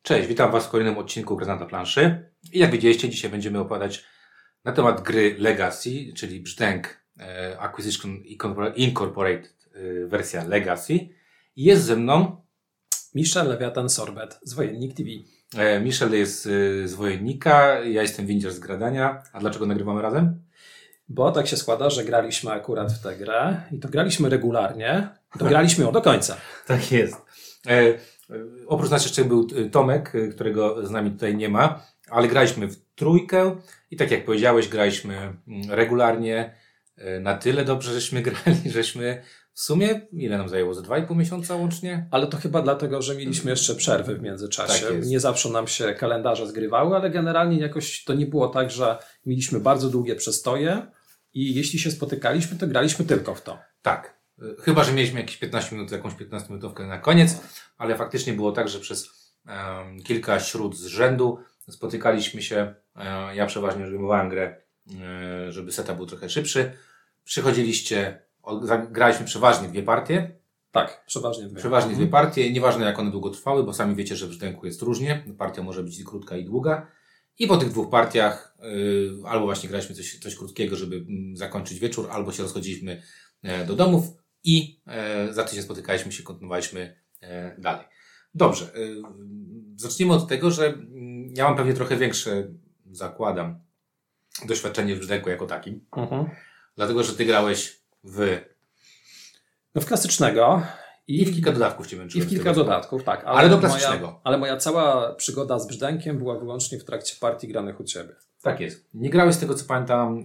Cześć, witam Was w kolejnym odcinku Gry na planszy. I jak widzieliście, dzisiaj będziemy opowiadać na temat gry Legacy, czyli Brzdęk Acquisition Incorporated wersja Legacy. I jest ze mną Michel Lewiatan Sorbet z Wojennik TV. Michel jest z Wojennika, ja jestem Windziarz z Gradania. A dlaczego nagrywamy razem? Bo tak się składa, że graliśmy akurat w tę grę i to graliśmy regularnie, to graliśmy ją do końca. Tak jest. Oprócz nas jeszcze był Tomek, którego z nami tutaj nie ma, ale graliśmy w trójkę i tak jak powiedziałeś, graliśmy regularnie. Na tyle dobrze żeśmy grali, żeśmy w sumie, ile nam zajęło? Za 2,5 miesiąca łącznie? Ale to chyba dlatego, że mieliśmy jeszcze przerwy w międzyczasie. Tak jest. Nie zawsze nam się kalendarze zgrywały, ale generalnie jakoś to nie było tak, że mieliśmy bardzo długie przestoje i jeśli się spotykaliśmy, to graliśmy tylko w to. Tak. Chyba że mieliśmy jakieś 15 minut, jakąś 15-minutówkę na koniec, ale faktycznie było tak, że przez kilka śród z rzędu spotykaliśmy się. Ja przeważnie reżimowałem grę, żeby setup był trochę szybszy. Przychodziliście, graliśmy przeważnie dwie partie. Tak, przeważnie dwie. Przeważnie dwie partie, nieważne jak one długo trwały, bo sami wiecie, że w Brzdęku jest różnie. Partia może być krótka i długa. I po tych dwóch partiach albo właśnie graliśmy coś krótkiego, żeby zakończyć wieczór, albo się rozchodziliśmy do domów i za tydzień spotykaliśmy się, kontynuowaliśmy dalej. Dobrze, zacznijmy od tego, że ja mam pewnie trochę większe, zakładam, doświadczenie w Brzdęku jako takim. Dlatego, że ty grałeś w klasycznego. I w kilka dodatków cię męczyłem. I w kilka dodatków, tak. Ale do klasycznego. Ale moja cała przygoda z Brzdękiem była wyłącznie w trakcie partii granych u Ciebie. Tak jest. Nie grałeś z tego, co pamiętam,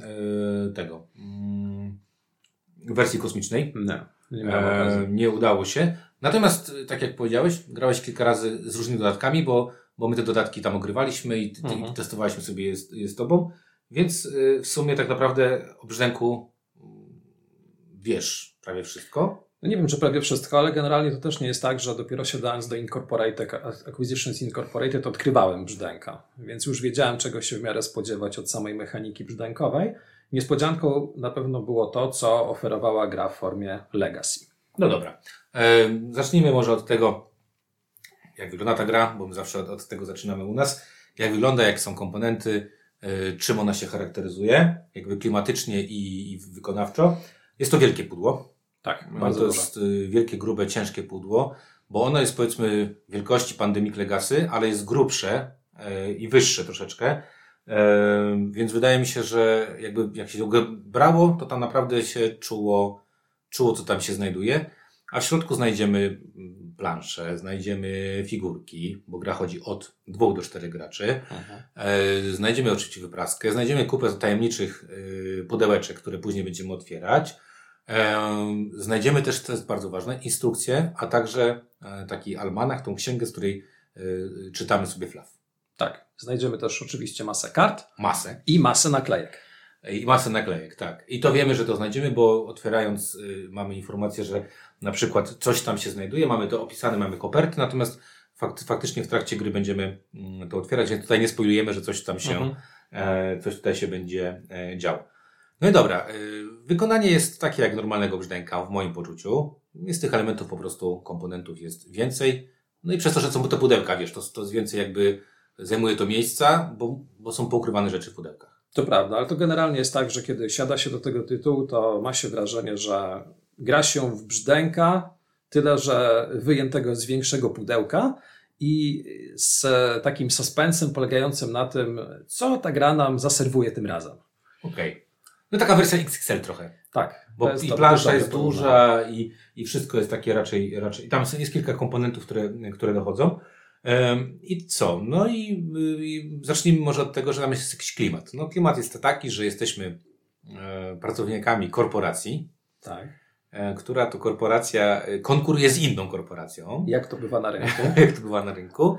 wersji kosmicznej. Nie miałem okazji. Nie udało się. Natomiast, tak jak powiedziałeś, grałeś kilka razy z różnymi dodatkami, bo my te dodatki tam ogrywaliśmy i testowaliśmy sobie je z Tobą. Więc w sumie tak naprawdę o Brzdęku wiesz prawie wszystko. No nie wiem, czy prawie wszystko, ale generalnie to też nie jest tak, że dopiero siadając do Acquisitions Incorporated odkrywałem Brzdęka. Więc już wiedziałem, czego się w miarę spodziewać od samej mechaniki brzdękowej. Niespodzianką na pewno było to, co oferowała gra w formie Legacy. No dobra. Zacznijmy może od tego, jak wygląda ta gra, bo my zawsze od tego zaczynamy u nas. Jak wygląda, jakie są komponenty, czym ona się charakteryzuje, jakby klimatycznie i wykonawczo. Jest to wielkie pudło. Tak, bardzo to jest wielkie, grube, ciężkie pudło, bo ono jest powiedzmy wielkości Pandemic Legacy, ale jest grubsze i wyższe troszeczkę. Więc wydaje mi się, że jakby jak się go brało, to tam naprawdę się czuło, co tam się znajduje. A w środku znajdziemy plansze, znajdziemy figurki, bo gra chodzi od 2 do 4 graczy. Znajdziemy oczywiście wypraskę, znajdziemy kupę tajemniczych pudełeczek, które później będziemy otwierać. Znajdziemy też, co jest bardzo ważne, instrukcje, a także taki almanach, tą księgę, z której czytamy sobie flaw. Tak, znajdziemy też oczywiście masę kart. Masę. I masę naklejek. I masę naklejek, tak. I to wiemy, że to znajdziemy, bo otwierając mamy informację, że na przykład coś tam się znajduje, mamy to opisane, mamy koperty, natomiast faktycznie w trakcie gry będziemy to otwierać, więc tutaj nie spoilujemy, że coś tam się, coś tutaj się będzie działo. No i dobra, wykonanie jest takie jak normalnego Brzdęka w moim poczuciu. Jest tych elementów po prostu, komponentów jest więcej. No i przez to, że są te pudełka, wiesz, to jest więcej jakby zajmuje to miejsca, bo są poukrywane rzeczy w pudełkach. To prawda, ale to generalnie jest tak, że kiedy siada się do tego tytułu, to ma się wrażenie, że gra się w Brzdęka, tyle że wyjętego z większego pudełka i z takim suspensem polegającym na tym, co ta gra nam zaserwuje tym razem. Okej. No taka wersja XXL trochę. Tak. Bo i plansza jest duża i wszystko jest takie raczej. I tam jest kilka komponentów, które dochodzą. I co? No i zacznijmy może od tego, że tam jest jakiś klimat. No klimat jest taki, że jesteśmy pracownikami korporacji. Tak. Która to korporacja konkuruje z inną korporacją. Jak to bywa na rynku. Jak to bywa na rynku.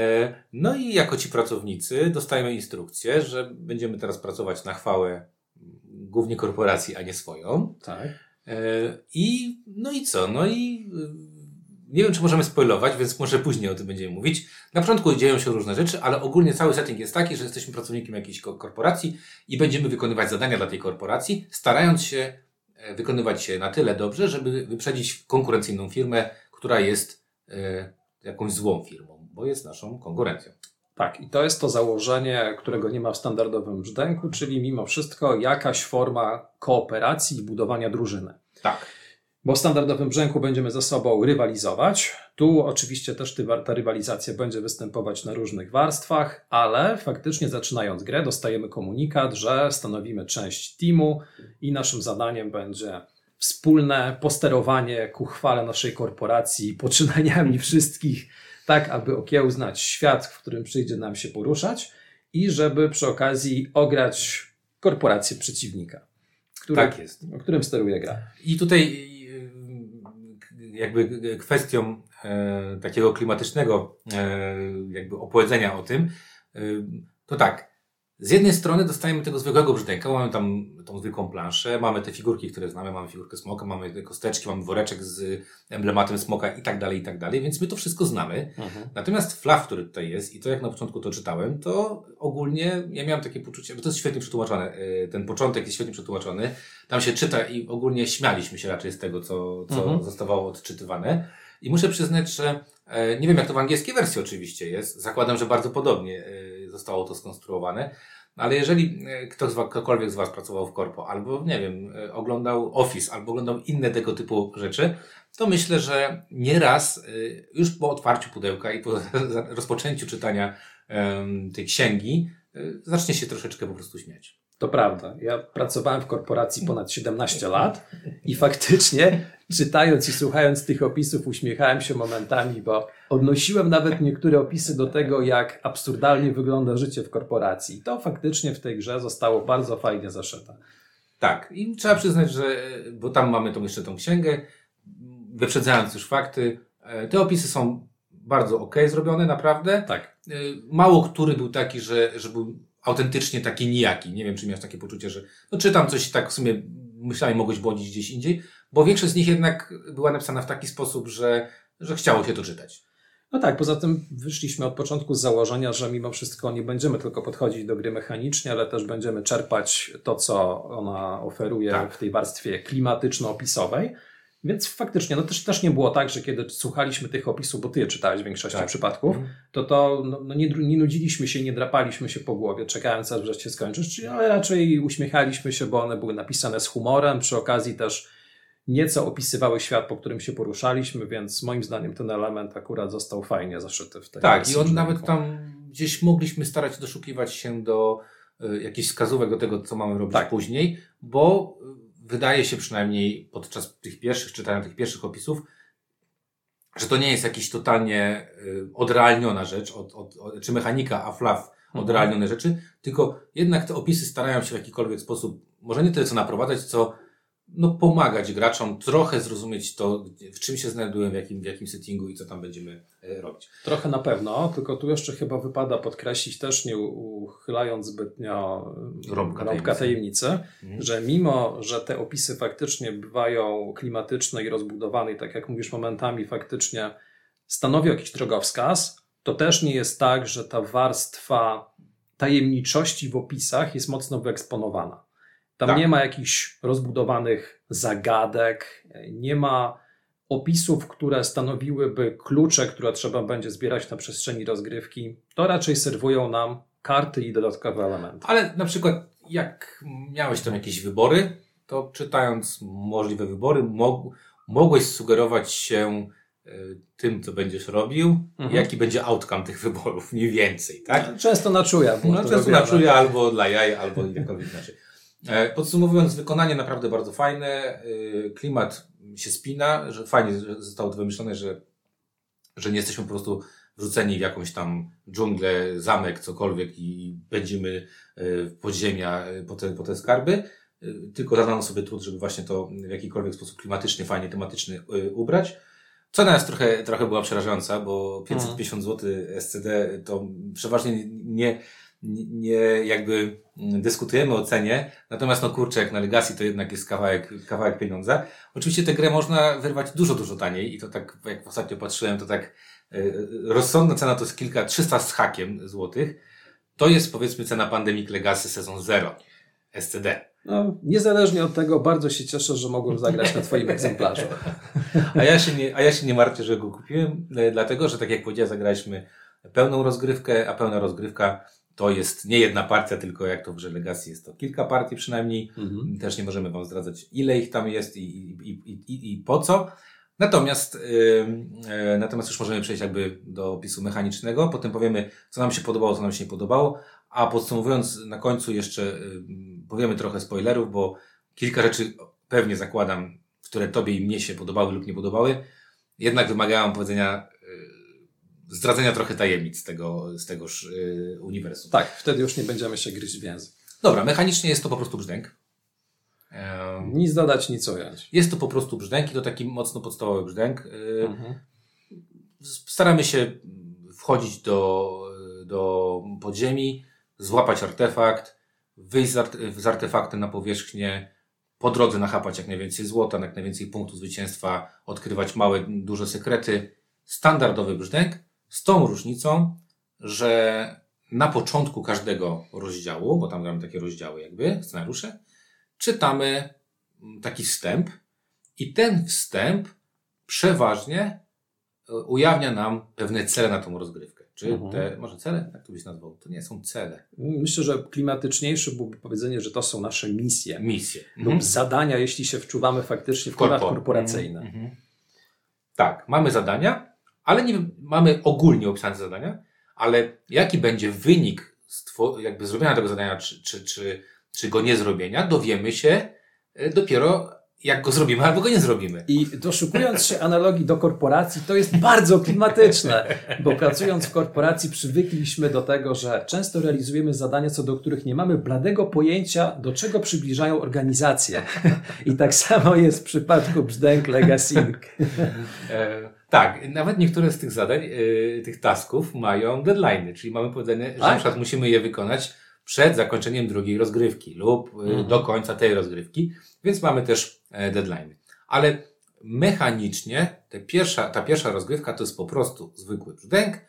No i jako ci pracownicy dostajemy instrukcję, że będziemy teraz pracować na chwałę głównie korporacji, a nie swoją. Tak. No i co? No i nie wiem, czy możemy spoilować, więc może później o tym będziemy mówić. Na początku dzieją się różne rzeczy, ale ogólnie cały setting jest taki, że jesteśmy pracownikiem jakiejś korporacji i będziemy wykonywać zadania dla tej korporacji, starając się wykonywać je na tyle dobrze, żeby wyprzedzić konkurencyjną firmę, która jest jakąś złą firmą. bo jest naszą konkurencją. Tak, i to jest to założenie, którego nie ma w standardowym brzdęku, czyli mimo wszystko jakaś forma kooperacji i budowania drużyny. Tak. Bo w standardowym brzęku będziemy ze sobą rywalizować. Tu oczywiście też ta rywalizacja będzie występować na różnych warstwach, ale faktycznie zaczynając grę dostajemy komunikat, że stanowimy część teamu i naszym zadaniem będzie wspólne posterowanie ku chwale naszej korporacji poczynaniami wszystkich, tak aby okiełznać świat, w którym przyjdzie nam się poruszać i żeby przy okazji ograć korporację przeciwnika, Tak jest. o którym steruje gra. I tutaj jakby kwestią takiego klimatycznego jakby opowiedzenia o tym, to tak, z jednej strony dostajemy tego zwykłego brzdęka, mamy tam tą zwykłą planszę, mamy te figurki, które znamy, mamy figurkę smoka, mamy te kosteczki, mamy woreczek z emblematem smoka i tak dalej, więc my to wszystko znamy. Natomiast fluff, który tutaj jest i to jak na początku to czytałem, to ogólnie ja miałem takie poczucie, bo to jest świetnie przetłumaczone, ten początek jest świetnie przetłumaczony, tam się czyta i ogólnie śmialiśmy się raczej z tego, co zostawało odczytywane. I muszę przyznać, że nie wiem jak to w angielskiej wersji oczywiście jest, zakładam, że bardzo podobnie zostało to skonstruowane, ale jeżeli ktokolwiek z Was pracował w korpo, albo nie wiem, oglądał Office, albo oglądał inne tego typu rzeczy, to myślę, że nieraz już po otwarciu pudełka i po rozpoczęciu czytania tej księgi zacznie się troszeczkę po prostu śmiać. To prawda. Ja pracowałem w korporacji ponad 17 lat i faktycznie czytając i słuchając tych opisów uśmiechałem się momentami, bo odnosiłem nawet niektóre opisy do tego, jak absurdalnie wygląda życie w korporacji. I to faktycznie w tej grze zostało bardzo fajnie zaszyte. Tak. I trzeba przyznać, że, bo tam mamy jeszcze tą księgę, wyprzedzając już fakty, te opisy są bardzo okej zrobione, naprawdę. Tak. Mało który był taki, że był autentycznie taki nijaki. Nie wiem, czy miałeś takie poczucie, że no czytam coś tak w sumie myślałem, mogłeś błądzić gdzieś indziej, bo większość z nich jednak była napisana w taki sposób, że chciało się to czytać. No tak, poza tym wyszliśmy od początku z założenia, że mimo wszystko nie będziemy tylko podchodzić do gry mechanicznie, ale też będziemy czerpać to, co ona oferuje w tej warstwie klimatyczno-opisowej. Więc faktycznie, no też nie było tak, że kiedy słuchaliśmy tych opisów, bo ty je czytałeś w większości przypadków, to nie nudziliśmy się, nie drapaliśmy się po głowie, czekając aż wreszcie skończysz, ale raczej uśmiechaliśmy się, bo one były napisane z humorem, przy okazji też nieco opisywały świat, po którym się poruszaliśmy, więc moim zdaniem ten element akurat został fajnie zaszyty w tej Tak, i on nawet tam gdzieś mogliśmy starać się doszukiwać się do jakichś wskazówek do tego, co mamy robić później, bo wydaje się przynajmniej podczas czytania tych pierwszych opisów, że to nie jest jakiś totalnie odrealniona rzecz, czy mechanika, a fluff odrealnione rzeczy, tylko jednak te opisy starają się w jakikolwiek sposób, może nie tyle co naprowadzać, co pomagać graczom trochę zrozumieć to, w czym się znajdują, w jakim settingu i co tam będziemy robić. Trochę na pewno, tylko tu jeszcze chyba wypada podkreślić, też nie uchylając zbytnio rąbka tajemnicy, że mimo, że te opisy faktycznie bywają klimatyczne i rozbudowane i tak jak mówisz momentami faktycznie stanowią jakiś drogowskaz, to też nie jest tak, że ta warstwa tajemniczości w opisach jest mocno wyeksponowana. Tam nie ma jakichś rozbudowanych zagadek, nie ma opisów, które stanowiłyby klucze, które trzeba będzie zbierać na przestrzeni rozgrywki. To raczej serwują nam karty i dodatkowe elementy. Ale na przykład jak miałeś tam jakieś wybory, to czytając możliwe wybory mogłeś sugerować się tym, co będziesz robił, jaki będzie outcome tych wyborów, mniej więcej, tak? Często na czuja. Często na czuja, albo dla jaj, albo jakkolwiek inaczej. Podsumowując, wykonanie naprawdę bardzo fajne, klimat się spina, że fajnie zostało to wymyślone, że nie jesteśmy po prostu wrzuceni w jakąś tam dżunglę, zamek, cokolwiek i pędzimy w podziemia po te skarby, tylko zadano sobie trud, żeby właśnie to w jakikolwiek sposób klimatyczny, fajnie, tematyczny ubrać. Cena jest trochę była przerażająca, bo 550 zł SCD to przeważnie nie jakby dyskutujemy o cenie, natomiast jak na Legacy to jednak jest kawałek pieniądza. Oczywiście tę grę można wyrwać dużo taniej i to tak, jak ostatnio patrzyłem, to tak rozsądna cena to jest 300 z hakiem złotych. To jest powiedzmy cena Pandemic Legacy Sezon 0 SCD. No, niezależnie od tego bardzo się cieszę, że mogłem zagrać na twoim egzemplarzu. A ja się nie martwię, że go kupiłem, dlatego, że tak jak powiedziałem, zagraliśmy pełną rozgrywkę, a pełna rozgrywka to jest nie jedna partia, tylko jak to w grze Legacy jest to kilka partii przynajmniej. Też nie możemy wam zdradzać, ile ich tam jest i po co. Natomiast już możemy przejść jakby do opisu mechanicznego. Potem powiemy, co nam się podobało, co nam się nie podobało. A podsumowując, na końcu jeszcze powiemy trochę spoilerów, bo kilka rzeczy pewnie zakładam, które tobie i mnie się podobały lub nie podobały, jednak wymagają powiedzenia, zdradzenia trochę tajemnic z tegoż uniwersum. Tak, wtedy już nie będziemy się gryźć w język. Dobra, mechanicznie jest to po prostu brzdęk. Nic dodać, nic ująć. Jest to po prostu brzdęk i to taki mocno podstawowy brzdęk. Staramy się wchodzić do podziemi, złapać artefakt, wyjść z artefaktem na powierzchnię, po drodze nachapać jak najwięcej złota, jak najwięcej punktów zwycięstwa, odkrywać małe, duże sekrety. Standardowy brzdęk, z tą różnicą, że na początku każdego rozdziału, bo tam mamy takie rozdziały jakby, scenariusze, czytamy taki wstęp i ten wstęp przeważnie ujawnia nam pewne cele na tą rozgrywkę. Czy może cele? Jak to byś nazwał? To nie są cele. Myślę, że klimatyczniejsze byłoby powiedzenie, że to są nasze misje. Misje. Lub zadania, jeśli się wczuwamy faktycznie w klimat korporacyjny. Tak, mamy zadania, ale nie mamy ogólnie opisane zadania, ale jaki będzie wynik jakby zrobienia tego zadania, czy go nie zrobienia, dowiemy się dopiero jak go zrobimy albo go nie zrobimy. I doszukując się analogii do korporacji, to jest bardzo klimatyczne, bo pracując w korporacji przywykliśmy do tego, że często realizujemy zadania, co do których nie mamy bladego pojęcia, do czego przybliżają organizacje. I tak samo jest w przypadku brzdęk Legacy Inc. Tak, nawet niektóre z tych zadań, tych tasków mają deadline'y, czyli mamy powiedzenie, że na przykład musimy je wykonać przed zakończeniem drugiej rozgrywki lub do końca tej rozgrywki, więc mamy też deadline'y. Ale mechanicznie ta pierwsza rozgrywka to jest po prostu zwykły brzdęk.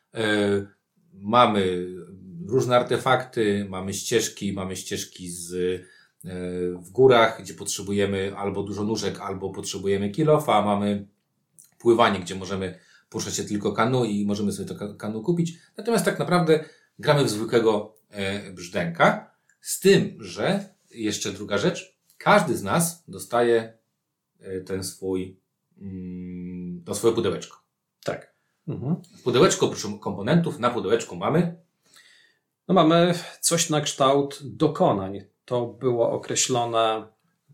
Mamy różne artefakty, mamy ścieżki w górach, gdzie potrzebujemy albo dużo nóżek, albo potrzebujemy kilofa, mamy pływanie, gdzie możemy poruszać się tylko kanu i możemy sobie to kanu kupić. Natomiast tak naprawdę gramy w zwykłego brzdęka, z tym, że jeszcze druga rzecz, każdy z nas dostaje to swoje pudełeczko. Tak. W pudełeczku, oprócz komponentów, na pudełeczku mamy coś na kształt dokonań. To było określone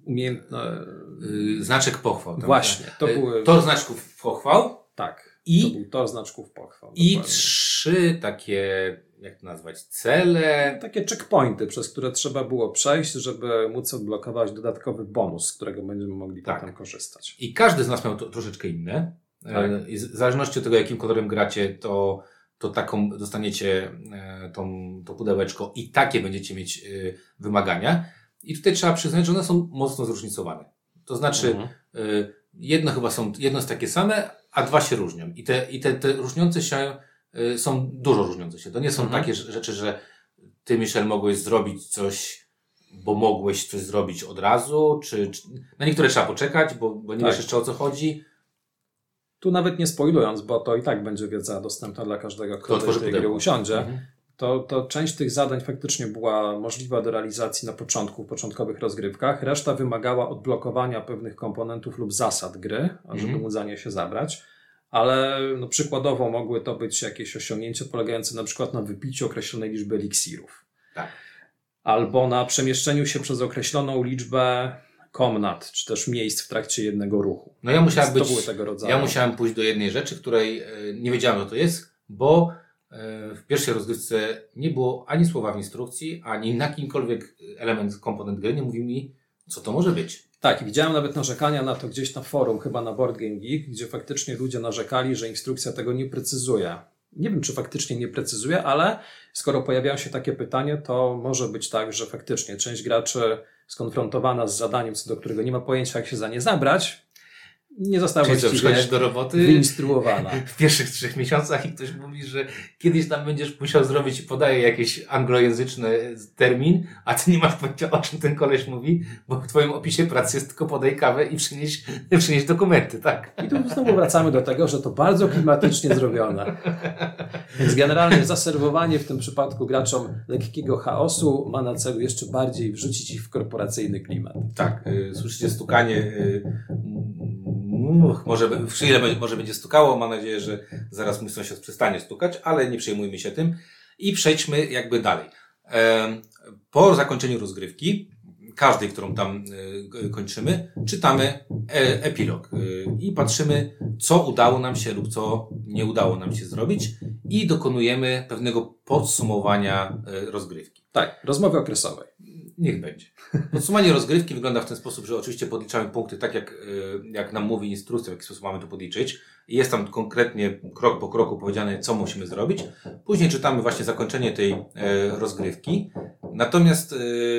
znaczek pochwał. Tak? Właśnie. Tor znaczków pochwał. Tak. I to był tor znaczków pochwał. I dokładnie. 3 takie, jak to nazwać, cele. Takie checkpointy, przez które trzeba było przejść, żeby móc odblokować dodatkowy bonus, z którego będziemy mogli potem korzystać. I każdy z nas miał troszeczkę inne. Tak. I w zależności od tego, jakim kolorem gracie, to taką dostaniecie to pudełeczko i takie będziecie mieć wymagania. I tutaj trzeba przyznać, że one są mocno zróżnicowane. To znaczy, jedno jest takie same, a 2 się różnią. I te różniące się są dużo różniące się. To nie są takie rzeczy, że ty, Michel, mogłeś zrobić coś, bo mogłeś coś zrobić od razu, czy na niektóre trzeba poczekać, bo nie wiesz jeszcze o co chodzi. Tu nawet nie spoilując, bo to i tak będzie wiedza dostępna dla każdego, kto do tej gry usiądzie. To część tych zadań faktycznie była możliwa do realizacji na początku, w początkowych rozgrywkach. Reszta wymagała odblokowania pewnych komponentów lub zasad gry, żeby móc za nie się zabrać. Ale przykładowo mogły to być jakieś osiągnięcia polegające na przykład na wypiciu określonej liczby eliksirów. Tak. Albo na przemieszczeniu się przez określoną liczbę komnat, czy też miejsc w trakcie jednego ruchu. No ja musiałem pójść do jednej rzeczy, której nie wiedziałem, co to jest, bo w pierwszej rozgrywce nie było ani słowa w instrukcji, ani na kimkolwiek komponent gry nie mówił mi, co to może być. Tak, i widziałem nawet narzekania na to gdzieś na forum, chyba na Board Game Geek, gdzie faktycznie ludzie narzekali, że instrukcja tego nie precyzuje. Nie wiem, czy faktycznie nie precyzuje, ale skoro pojawiają się takie pytania, to może być tak, że faktycznie część graczy skonfrontowana z zadaniem, co do którego nie ma pojęcia, jak się za nie zabrać, nie została Czyli co, właściwie przychodzisz do roboty wyinstruowana. w pierwszych 3 miesiącach i ktoś mówi, że kiedyś tam będziesz musiał zrobić i podaje jakiś anglojęzyczny termin, a ty nie masz pojęcia, o czym ten koleś mówi, bo w twoim opisie pracy jest tylko podaj kawę i przynieś dokumenty, tak? I tu znowu wracamy do tego, że to bardzo klimatycznie zrobione. Więc generalnie zaserwowanie w tym przypadku graczom lekkiego chaosu ma na celu jeszcze bardziej wrzucić ich w korporacyjny klimat. Tak, słyszycie stukanie, w chwilę może będzie stukało, mam nadzieję, że zaraz mój sąsiad przestanie stukać, ale nie przejmujmy się tym i przejdźmy jakby dalej. Po zakończeniu rozgrywki, każdej, którą tam kończymy, czytamy epilog i patrzymy, co udało nam się lub co nie udało nam się zrobić i dokonujemy pewnego podsumowania rozgrywki. Tak, rozmowy okresowej. Niech będzie. Podsumowanie rozgrywki wygląda w ten sposób, że oczywiście podliczamy punkty tak, jak nam mówi instrukcja, w jaki sposób mamy to podliczyć. I jest tam konkretnie krok po kroku powiedziane, co musimy zrobić. Później czytamy właśnie zakończenie tej rozgrywki. Natomiast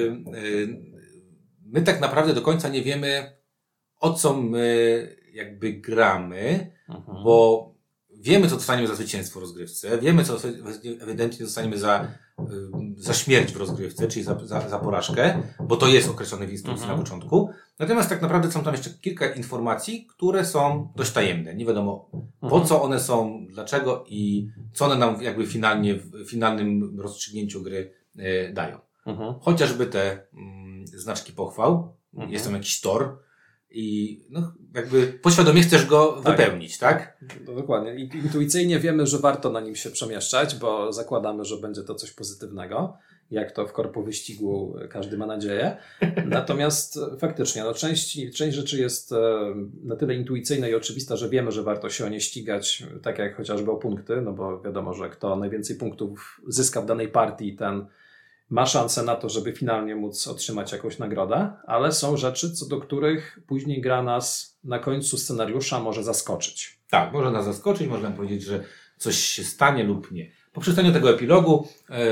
my tak naprawdę do końca nie wiemy, o co my jakby gramy, bo wiemy, co dostaniemy za zwycięstwo w rozgrywce, wiemy, co ewidentnie dostaniemy za śmierć w rozgrywce, czyli za porażkę, bo to jest określone w instrukcji na początku. Natomiast tak naprawdę są tam jeszcze kilka informacji, które są dość tajemne. Nie wiadomo, po co one są, dlaczego i co one nam jakby w finalnym rozstrzygnięciu gry dają. Chociażby te znaczki pochwał, jest tam jakiś tor, i no, jakby poświadomie chcesz go wypełnić, tak? No, dokładnie. Intuicyjnie wiemy, że warto na nim się przemieszczać, bo zakładamy, że będzie to coś pozytywnego, jak to w korpo wyścigu każdy ma nadzieję. Natomiast faktycznie, no, część rzeczy jest na tyle intuicyjna i oczywista, że wiemy, że warto się o nie ścigać, tak jak chociażby o punkty, no bo wiadomo, że kto najwięcej punktów zyska w danej partii, ten ma szansę na to, żeby finalnie móc otrzymać jakąś nagrodę, ale są rzeczy, co do których później gra nas na końcu scenariusza może zaskoczyć. Tak, może nas zaskoczyć, można powiedzieć, że coś się stanie lub nie. Po przeczytaniu tego epilogu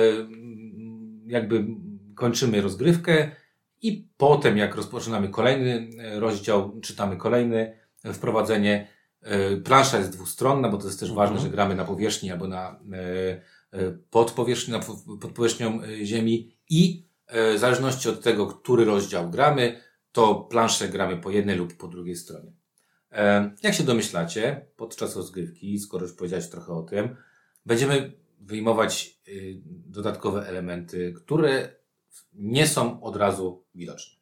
jakby kończymy rozgrywkę i potem jak rozpoczynamy kolejny rozdział, czytamy kolejne wprowadzenie. Plansza jest dwustronna, bo to jest też ważne, że gramy na powierzchni albo pod powierzchnią ziemi i w zależności od tego, który rozdział gramy, to planszę gramy po jednej lub po drugiej stronie. Jak się domyślacie, podczas rozgrywki, skoro już powiedziałeś trochę o tym, będziemy wyjmować dodatkowe elementy, które nie są od razu widoczne.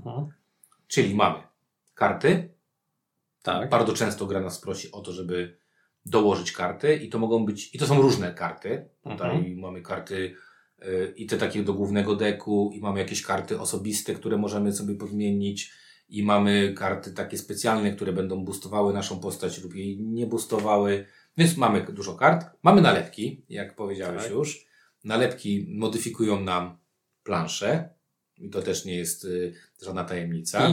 Czyli mamy karty. Tak. Bardzo często gra nas prosi o to, żeby dołożyć karty i to są różne karty. Tutaj mamy karty i te takie do głównego deku i mamy jakieś karty osobiste, które możemy sobie podmienić i mamy karty takie specjalne, które będą boostowały naszą postać lub jej nie boostowały. Więc mamy dużo kart. Mamy nalepki, jak powiedziałeś już. Nalepki modyfikują nam planszę i to też nie jest żadna tajemnica.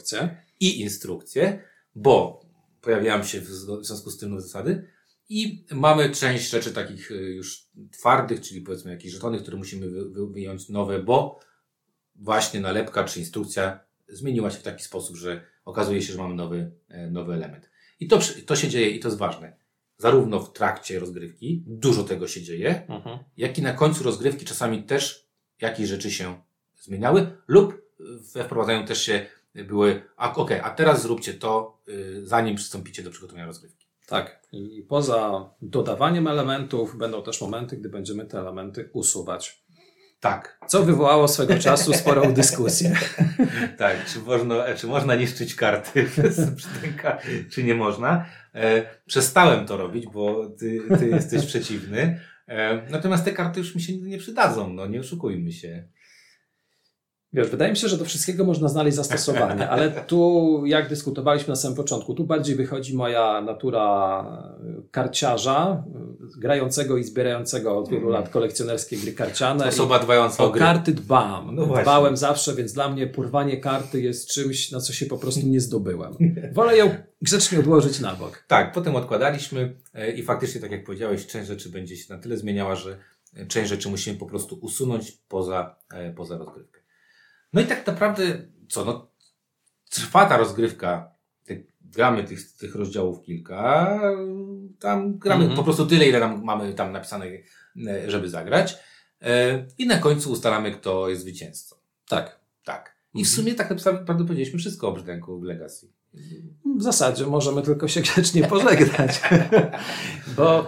I instrukcje, bo pojawiają się w związku z tym nowe zasady i mamy część rzeczy takich już twardych, czyli powiedzmy jakichś żetony, które musimy wyjąć nowe, bo właśnie nalepka czy instrukcja zmieniła się w taki sposób, że okazuje się, że mamy nowy element. I to się dzieje i to jest ważne. Zarówno w trakcie rozgrywki dużo tego się dzieje, jak i na końcu rozgrywki czasami też jakieś rzeczy się zmieniały lub we wprowadzeniu też się były, a teraz zróbcie to, zanim przystąpicie do przygotowania rozgrywki. Tak. I poza dodawaniem elementów będą też momenty, gdy będziemy te elementy usuwać. Tak. Co wywołało swego czasu sporą dyskusję. Tak, czy można niszczyć karty bez brzdęka, czy nie można. Przestałem to robić, bo ty jesteś przeciwny. Natomiast te karty już mi się nigdy nie przydadzą, no nie oszukujmy się. Wiesz, wydaje mi się, że do wszystkiego można znaleźć zastosowanie, ale tu, jak dyskutowaliśmy na samym początku, tu bardziej wychodzi moja natura karciarza, grającego i zbierającego od wielu lat kolekcjonerskie gry karciane. Osoba dbająca o gry. Karty dbam. No Dbałem zawsze, więc dla mnie porwanie karty jest czymś, na co się po prostu nie zdobyłem. Wolę ją grzecznie odłożyć na bok. Tak, potem odkładaliśmy i faktycznie, tak jak powiedziałeś, część rzeczy będzie się na tyle zmieniała, że część rzeczy musimy po prostu usunąć poza rozgrywkę. No i tak naprawdę, trwa ta rozgrywka gramy tych rozdziałów kilka, tam gramy po prostu tyle, ile nam mamy tam napisane, żeby zagrać. I na końcu ustalamy, kto jest zwycięzcą. Tak. Tak. I w sumie tak naprawdę powiedzieliśmy wszystko o brzdęku w Legacy. W zasadzie możemy tylko się grzecznie pożegnać. Bo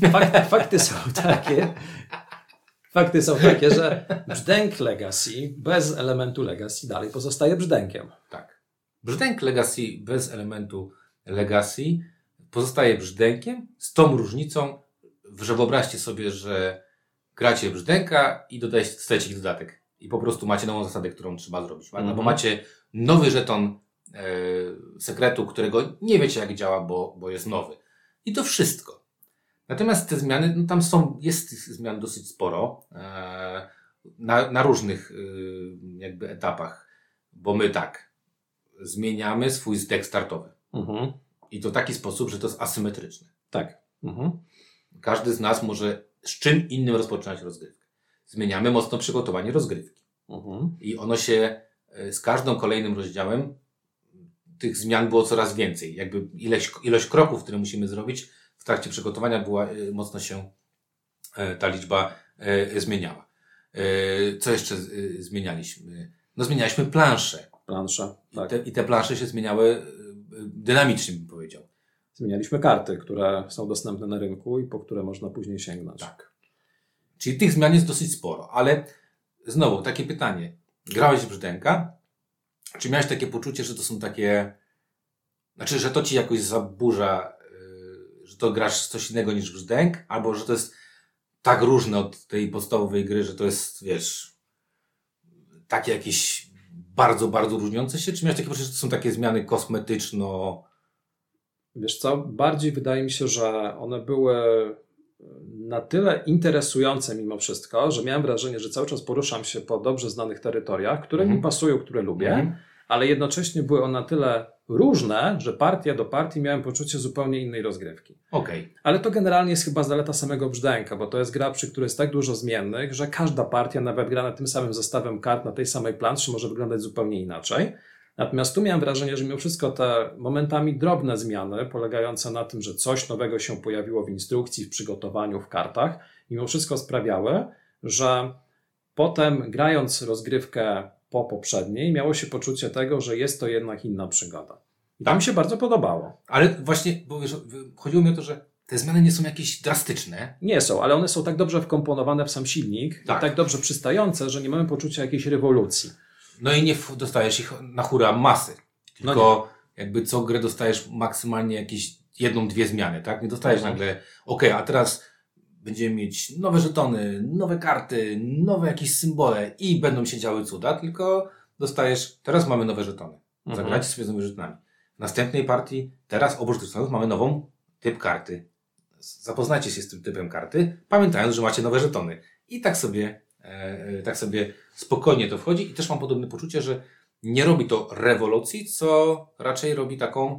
fakty są takie, że brzdęk Legacy bez elementu Legacy dalej pozostaje brzdękiem. Tak. Brzdęk Legacy bez elementu Legacy pozostaje brzdękiem z tą różnicą, że wyobraźcie sobie, że gracie brzdęka i dostajecie jakiś dodatek. I po prostu macie nową zasadę, którą trzeba zrobić. Bo macie nowy żeton sekretu, którego nie wiecie jak działa, bo jest nowy. I to wszystko. Natomiast te zmiany, no tam jest tych zmian dosyć sporo na różnych jakby etapach, bo my tak zmieniamy swój deck startowy. I to w taki sposób, że to jest asymetryczne. Tak. Każdy z nas może z czym innym rozpoczynać rozgrywkę. Zmieniamy mocno przygotowanie rozgrywki. I ono się z każdym kolejnym rozdziałem tych zmian było coraz więcej. Jakby ilość kroków, które musimy zrobić w trakcie przygotowania była, mocno się ta liczba zmieniała. Co jeszcze zmienialiśmy? No zmienialiśmy plansze. Tak. I te plansze się zmieniały dynamicznie, bym powiedział. Zmienialiśmy karty, które są dostępne na rynku i po które można później sięgnąć. Tak. Czyli tych zmian jest dosyć sporo, ale znowu takie pytanie. Grałeś w brzdęka? Czy miałeś takie poczucie, że to są takie... Znaczy, że to ci jakoś zaburza, że to grasz coś innego niż brzdęk? Albo że to jest tak różne od tej podstawowej gry, że to jest, wiesz, takie jakieś bardzo, bardzo różniące się? Czy miałeś takie poczucie, że to są takie zmiany kosmetyczno... Wiesz co, bardziej wydaje mi się, że one były na tyle interesujące mimo wszystko, że miałem wrażenie, że cały czas poruszam się po dobrze znanych terytoriach, które mi pasują, które lubię, ale jednocześnie były one na tyle różne, że partia do partii miałem poczucie zupełnie innej rozgrywki. Ale to generalnie jest chyba zaleta samego brzdęka, bo to jest gra, przy której jest tak dużo zmiennych, że każda partia, nawet grana tym samym zestawem kart na tej samej planszy, może wyglądać zupełnie inaczej. Natomiast tu miałem wrażenie, że mimo wszystko te momentami drobne zmiany, polegające na tym, że coś nowego się pojawiło w instrukcji, w przygotowaniu, w kartach, mimo wszystko sprawiały, że potem grając rozgrywkę po poprzedniej, miało się poczucie tego, że jest to jednak inna przygoda. I to mi się bardzo podobało. Ale właśnie, bo wiesz, chodziło mi o to, że te zmiany nie są jakieś drastyczne. Nie są, ale one są tak dobrze wkomponowane w sam silnik i tak dobrze przystające, że nie mamy poczucia jakiejś rewolucji. No i nie dostajesz ich na hura masy. Tylko jakby co grę dostajesz maksymalnie jakieś 1-2 zmiany, tak? Nie dostajesz nagle, a teraz będziemy mieć nowe żetony, nowe karty, nowe jakieś symbole i będą się działy cuda, tylko dostajesz, teraz mamy nowe żetony. Zagrajcie sobie z nowymi żetonami. W następnej partii, teraz oprócz tych żetonów mamy nową typ karty. Zapoznajcie się z tym typem karty, pamiętając, że macie nowe żetony. I tak sobie spokojnie to wchodzi i też mam podobne poczucie, że nie robi to rewolucji, co raczej robi taką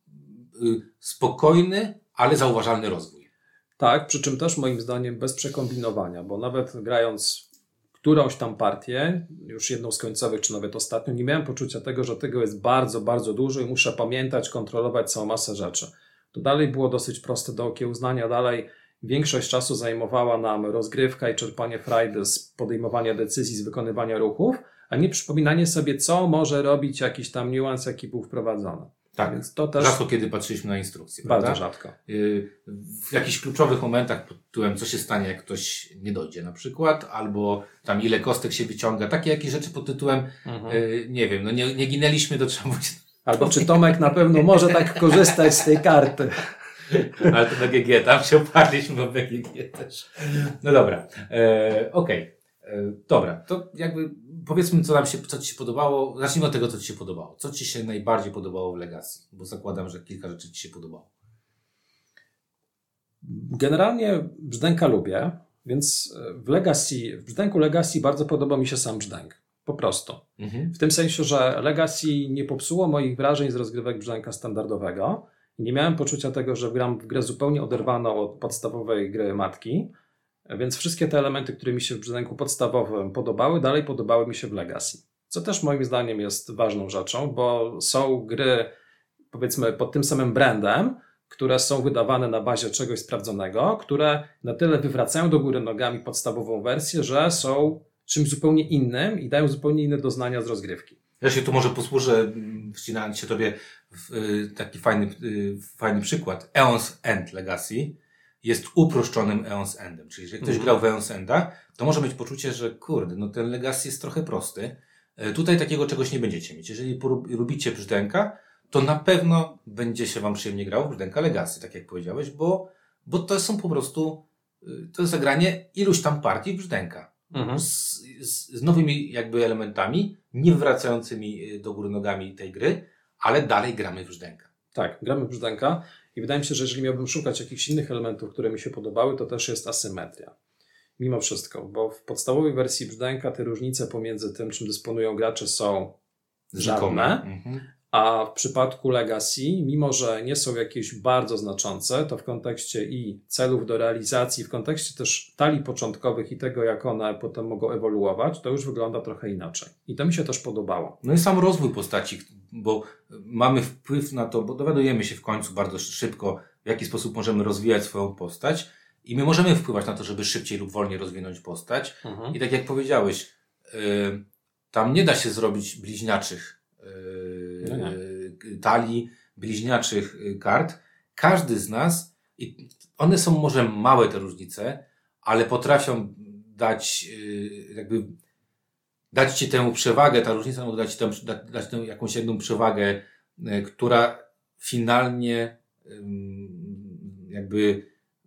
spokojny, ale zauważalny rozwój. Tak, przy czym też moim zdaniem bez przekombinowania, bo nawet grając którąś tam partię, już jedną z końcowych, czy nawet ostatnią, nie miałem poczucia tego, że tego jest bardzo, bardzo dużo i muszę pamiętać, kontrolować całą masę rzeczy. To dalej było dosyć proste do okiełznania, dalej większość czasu zajmowała nam rozgrywka i czerpanie frajdy z podejmowania decyzji, z wykonywania ruchów, a nie przypominanie sobie, co może robić jakiś tam niuans, jaki był wprowadzony. Tak, więc to też rzadko kiedy patrzyliśmy na instrukcję. Bardzo prawda? rzadko. W jakichś kluczowych momentach pod tytułem, co się stanie, jak ktoś nie dojdzie na przykład, albo tam ile kostek się wyciąga, takie jakieś rzeczy pod tytułem, nie wiem, no nie ginęliśmy, to trzeba będzie... Albo czy Tomek na pewno może tak korzystać z tej karty. Ale to BGG, tam się oparliśmy, bo BGG też. No dobra, okej. Dobra, to jakby powiedzmy, co Ci się podobało. Zacznijmy od tego, co Ci się podobało. Co Ci się najbardziej podobało w Legacy? Bo zakładam, że kilka rzeczy Ci się podobało. Generalnie brzdęka lubię, więc w brzdęku Legacy bardzo podoba mi się sam brzdęk. Po prostu. W tym sensie, że Legacy nie popsuło moich wrażeń z rozgrywek brzdęka standardowego. Nie miałem poczucia tego, że gram w grę zupełnie oderwaną od podstawowej gry matki, więc wszystkie te elementy, które mi się w brzdęku podstawowym podobały, dalej podobały mi się w Legacy. Co też moim zdaniem jest ważną rzeczą, bo są gry powiedzmy pod tym samym brandem, które są wydawane na bazie czegoś sprawdzonego, które na tyle wywracają do góry nogami podstawową wersję, że są czymś zupełnie innym i dają zupełnie inne doznania z rozgrywki. Ja się tu może posłużę, wcinając się tobie w taki fajny przykład. Aeon's End Legacy jest uproszczonym Aeon's Endem. Czyli jeżeli ktoś grał w Aeon's Enda, to może mieć poczucie, że kurde, no ten Legacy jest trochę prosty. Tutaj takiego czegoś nie będziecie mieć. Jeżeli lubicie brzdęka, to na pewno będzie się wam przyjemnie grało w brzdęka Legacy, tak jak powiedziałeś, bo to są po prostu, to jest zagranie iluś tam partii brzdęka. Z nowymi jakby elementami, nie wracającymi do góry nogami tej gry, ale dalej gramy w brzdęka. Tak, gramy w brzdęka i wydaje mi się, że jeżeli miałbym szukać jakichś innych elementów, które mi się podobały, to też jest asymetria. Mimo wszystko, bo w podstawowej wersji brzdęka te różnice pomiędzy tym, czym dysponują gracze, są żadne, a w przypadku Legacy, mimo że nie są jakieś bardzo znaczące, to w kontekście i celów do realizacji, w kontekście też talii początkowych i tego, jak one potem mogą ewoluować, to już wygląda trochę inaczej. I to mi się też podobało. No i sam rozwój postaci, bo mamy wpływ na to, bo dowiadujemy się w końcu bardzo szybko, w jaki sposób możemy rozwijać swoją postać i my możemy wpływać na to, żeby szybciej lub wolniej rozwinąć postać. I tak jak powiedziałeś, tam nie da się zrobić bliźniaczych talii, bliźniaczych kart. Każdy z nas, i one są może małe te różnice, ale potrafią dać dać ci tę przewagę, ta różnica może dać tę jakąś jedną przewagę, która finalnie jakby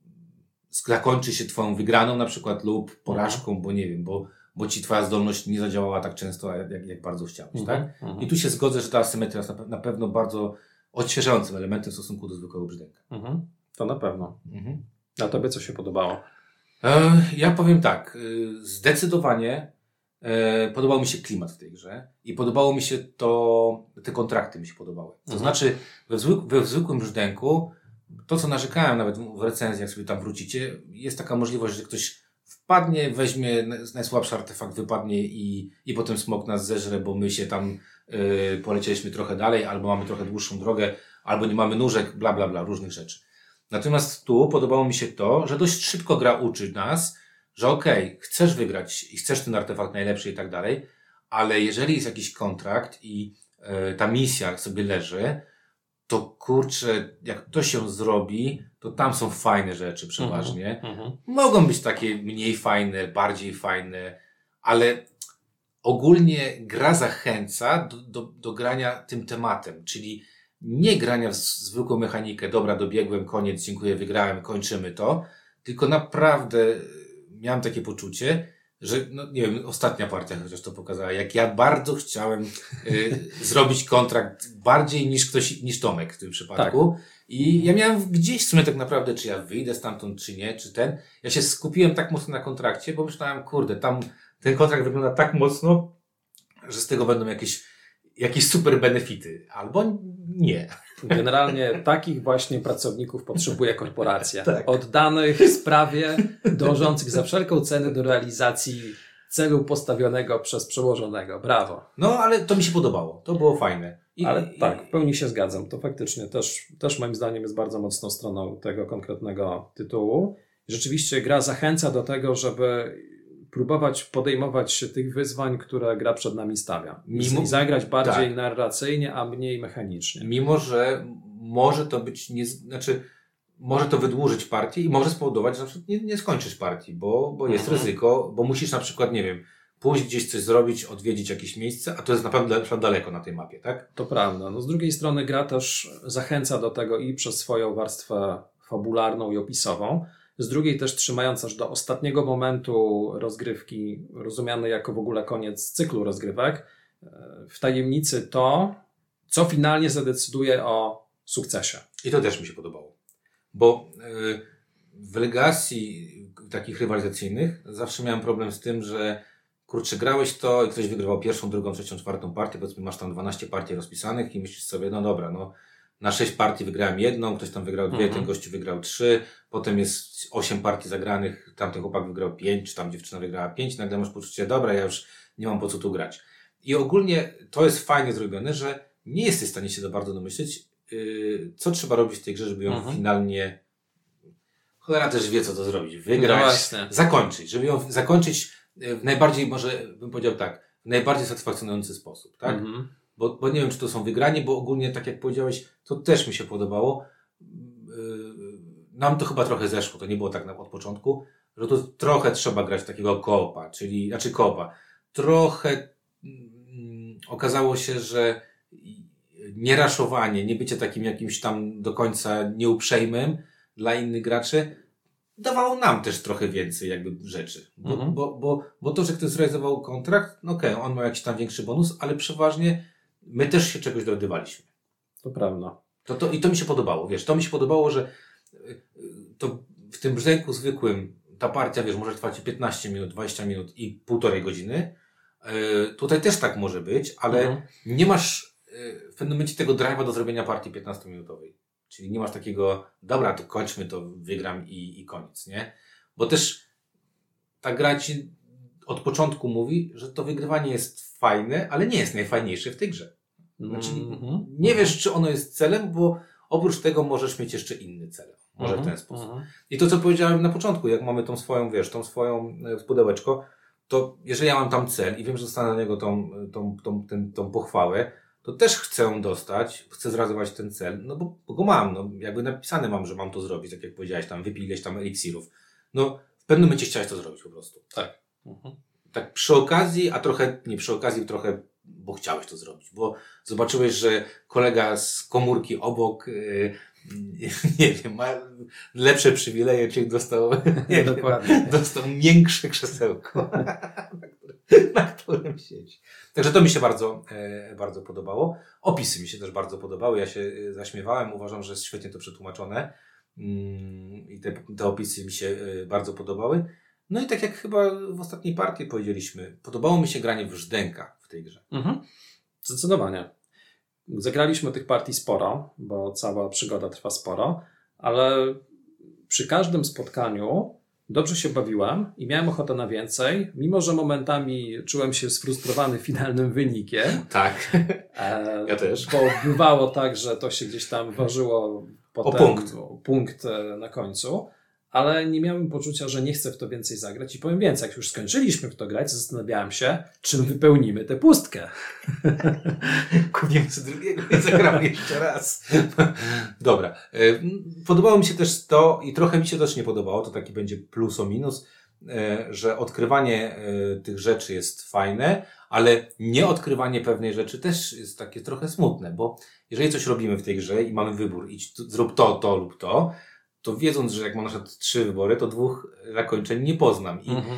zakończy się twoją wygraną na przykład lub porażką, bo nie wiem, bo ci twoja zdolność nie zadziałała tak często, jak bardzo chciałeś, tak? I tu się zgodzę, że ta asymetria jest na pewno bardzo odświeżającym elementem w stosunku do zwykłego brzdęka. To na pewno. A tobie co się podobało? Ja powiem tak, zdecydowanie podobał mi się klimat w tej grze i podobało mi się te kontrakty mi się podobały. To znaczy we zwykłym brzdęku, to co narzekałem nawet w recenzji, jak sobie tam wrócicie, jest taka możliwość, że ktoś wpadnie, weźmie najsłabszy artefakt, wypadnie i potem smok nas zeżre, bo my się tam polecieliśmy trochę dalej, albo mamy trochę dłuższą drogę, albo nie mamy nóżek, bla bla bla, różnych rzeczy. Natomiast tu podobało mi się to, że dość szybko gra uczy nas, że okej, chcesz wygrać i chcesz ten artefakt najlepszy i tak dalej, ale jeżeli jest jakiś kontrakt i ta misja sobie leży, to kurczę, jak to się zrobi, to tam są fajne rzeczy przeważnie. Mogą być takie mniej fajne, bardziej fajne, ale ogólnie gra zachęca do grania tym tematem, czyli nie grania w zwykłą mechanikę, dobra, dobiegłem, koniec, dziękuję, wygrałem, kończymy to, tylko naprawdę miałem takie poczucie, że, no nie wiem, ostatnia partia chociaż to pokazała, jak ja bardzo chciałem zrobić kontrakt bardziej niż Tomek w tym przypadku. Tak. I ja miałem gdzieś w sumie tak naprawdę, czy ja wyjdę stamtąd, czy nie, czy ten. Ja się skupiłem tak mocno na kontrakcie, bo myślałem, kurde, tam ten kontrakt wygląda tak mocno, że z tego będą jakieś super benefity. Albo nie. Generalnie takich właśnie pracowników potrzebuje korporacja. Tak. Oddanych sprawie, dążących za wszelką cenę do realizacji celu postawionego przez przełożonego. Brawo. No, ale to mi się podobało. To było fajne. Tak, w pełni się zgadzam. To faktycznie też moim zdaniem jest bardzo mocną stroną tego konkretnego tytułu. Rzeczywiście gra zachęca do tego, żeby próbować podejmować się tych wyzwań, które gra przed nami stawia. I zagrać bardziej narracyjnie, a mniej mechanicznie. Mimo, że może to być, może to wydłużyć partię i może spowodować, że na przykład nie skończysz partii, bo jest ryzyko, bo musisz na przykład, nie wiem, pójść gdzieś coś zrobić, odwiedzić jakieś miejsce, a to jest naprawdę daleko na tej mapie, tak? To prawda. No z drugiej strony gra też zachęca do tego i przez swoją warstwę fabularną i opisową, z drugiej też trzymając aż do ostatniego momentu rozgrywki, rozumiany jako w ogóle koniec cyklu rozgrywek, w tajemnicy to, co finalnie zadecyduje o sukcesie. I to też mi się podobało. Bo w Legacy takich rywalizacyjnych zawsze miałem problem z tym, że kurczę, grałeś to i ktoś wygrywał pierwszą, drugą, trzecią, czwartą partię, powiedzmy masz tam 12 partii rozpisanych i myślisz sobie, no dobra, no na 6 partii wygrałem jedną, ktoś tam wygrał 2, ten gościu wygrał 3, potem jest 8 partii zagranych, tamten chłopak wygrał 5, czy tam dziewczyna wygrała 5, nagle masz poczucie, dobra, ja już nie mam po co tu grać. I ogólnie to jest fajnie zrobione, że nie jesteś w stanie się za bardzo domyśleć, co trzeba robić w tej grze, żeby ją finalnie... Cholera też wie, co to zrobić. No Wygrać, właśnie. zakończyć. Żeby ją zakończyć w najbardziej, może bym powiedział tak, w najbardziej satysfakcjonujący sposób, tak? Bo nie wiem, czy to są wygrani, bo ogólnie, tak jak powiedziałeś, to też mi się podobało. Nam to chyba trochę zeszło, to nie było tak od początku, że to trochę trzeba grać takiego koopa, Trochę okazało się, że nieraszowanie, nie bycie takim jakimś tam do końca nieuprzejmym dla innych graczy, dawało nam też trochę więcej jakby rzeczy. Bo to, że ktoś zrealizował kontrakt, no okej, on ma jakiś tam większy bonus, ale przeważnie my też się czegoś dowiadywaliśmy. To prawda. I to mi się podobało, wiesz, to mi się podobało, że to w tym brzdęku zwykłym ta partia, wiesz, może trwać 15 minut, 20 minut i półtorej godziny. Tutaj też tak może być, ale nie masz w pewnym momencie tego drive'a do zrobienia partii 15-minutowej. Czyli nie masz takiego, dobra, to kończmy to, wygram i koniec, nie? Bo też ta gra ci od początku mówi, że to wygrywanie jest fajne, ale nie jest najfajniejsze w tej grze. Znaczy, nie wiesz, czy ono jest celem, bo oprócz tego możesz mieć jeszcze inny cel. Może w ten sposób. I to, co powiedziałem na początku, jak mamy tą swoją, wiesz, tą swoją pudełeczko, to jeżeli ja mam tam cel i wiem, że dostanę na niego tą pochwałę, to też chcę ją dostać, chcę zrealizować ten cel, no bo go mam, no jakby napisane mam, że mam to zrobić, tak jak powiedziałeś, tam wypij ileś tam eliksirów. No w pewnym momencie chciałeś to zrobić po prostu. Tak. Tak przy okazji, a trochę, nie przy okazji, trochę, bo chciałeś to zrobić, bo zobaczyłeś, że kolega z komórki obok, nie wiem, ma lepsze przywileje, czyli dostał, nie Dokładnie. dostał miększe krzesełko, na którym siedzi. Także to mi się bardzo, bardzo podobało. Opisy mi się też bardzo podobały. Ja się zaśmiewałem. Uważam, że jest świetnie to przetłumaczone. I te opisy mi się bardzo podobały. No i tak jak chyba w ostatniej partii powiedzieliśmy, podobało mi się granie w brzdęka w tej grze. Zdecydowanie. Zagraliśmy tych partii sporo, bo cała przygoda trwa sporo, ale przy każdym spotkaniu dobrze się bawiłem i miałem ochotę na więcej, mimo że momentami czułem się sfrustrowany finalnym wynikiem. Tak, ja też. Bo bywało tak, że to się gdzieś tam ważyło potem o punkt na końcu, ale nie miałem poczucia, że nie chcę w to więcej zagrać i powiem więcej, jak już skończyliśmy w to grać, zastanawiałem się, czym wypełnimy tę pustkę. Kupimy sobie drugiego i zagramy jeszcze raz. Dobra. Podobało mi się też to i trochę mi się też nie podobało, to taki będzie plus o minus, że odkrywanie tych rzeczy jest fajne, ale nieodkrywanie pewnej rzeczy też jest takie trochę smutne, bo jeżeli coś robimy w tej grze i mamy wybór, idź, zrób to lub to wiedząc, że jak mam na przykład 3 wybory, to 2 zakończeń nie poznam.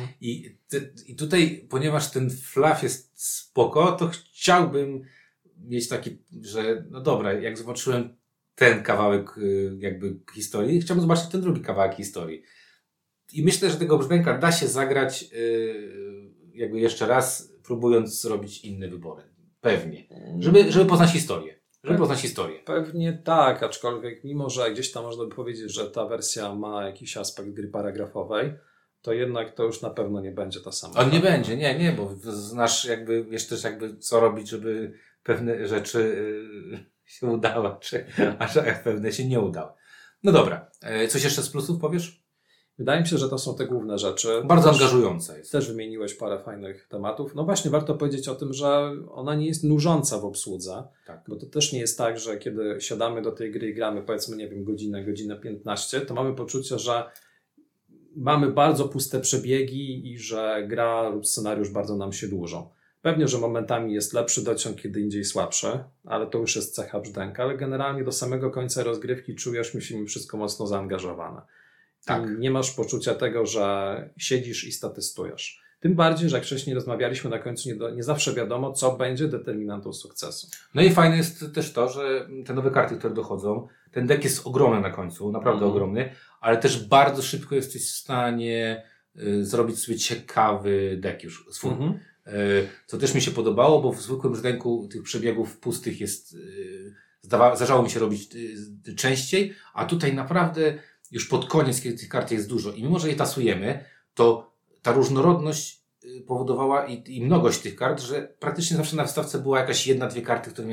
I tutaj, ponieważ ten fluff jest spoko, to chciałbym mieć taki, że no dobra, jak zobaczyłem ten kawałek jakby historii, chciałbym zobaczyć ten drugi kawałek historii. I myślę, że tego brzdęka da się zagrać jakby jeszcze raz, próbując zrobić inne wybory. Pewnie. Żeby poznać historię. Pewnie tak, aczkolwiek mimo, że gdzieś tam można by powiedzieć, że ta wersja ma jakiś aspekt gry paragrafowej, to jednak to już na pewno nie będzie ta sama. On nie będzie, nie, bo znasz jakby, wiesz też jakby co robić, żeby pewne rzeczy się udały, a pewne się nie udały. No dobra, coś jeszcze z plusów powiesz? Wydaje mi się, że to są te główne rzeczy. Bardzo angażująca jest. Też wymieniłeś parę fajnych tematów. No właśnie, warto powiedzieć o tym, że ona nie jest nużąca w obsłudze, tak. Bo to też nie jest tak, że kiedy siadamy do tej gry i gramy, powiedzmy, nie wiem, godzinę 15, to mamy poczucie, że mamy bardzo puste przebiegi i że gra lub scenariusz bardzo nam się dłużą. Pewnie, że momentami jest lepszy dociąg, kiedy indziej słabszy, ale to już jest cecha brzdęka, ale generalnie do samego końca rozgrywki czujesz mi wszystko mocno zaangażowane. Tak. I nie masz poczucia tego, że siedzisz i statystujesz. Tym bardziej, że jak wcześniej rozmawialiśmy, na końcu nie zawsze wiadomo, co będzie determinantą sukcesu. No i fajne jest też to, że te nowe karty, które dochodzą, ten deck jest ogromny na końcu, naprawdę ogromny, ale też bardzo szybko jesteś w stanie zrobić sobie ciekawy deck już swój. Co też mi się podobało, bo w zwykłym brzdęku tych przebiegów pustych jest, zdarzało mi się robić częściej, a tutaj naprawdę już pod koniec, kiedy tych kart jest dużo i mimo, że je tasujemy, to ta różnorodność powodowała i mnogość tych kart, że praktycznie zawsze na wystawce była jakaś 1-2 karty, które miałeś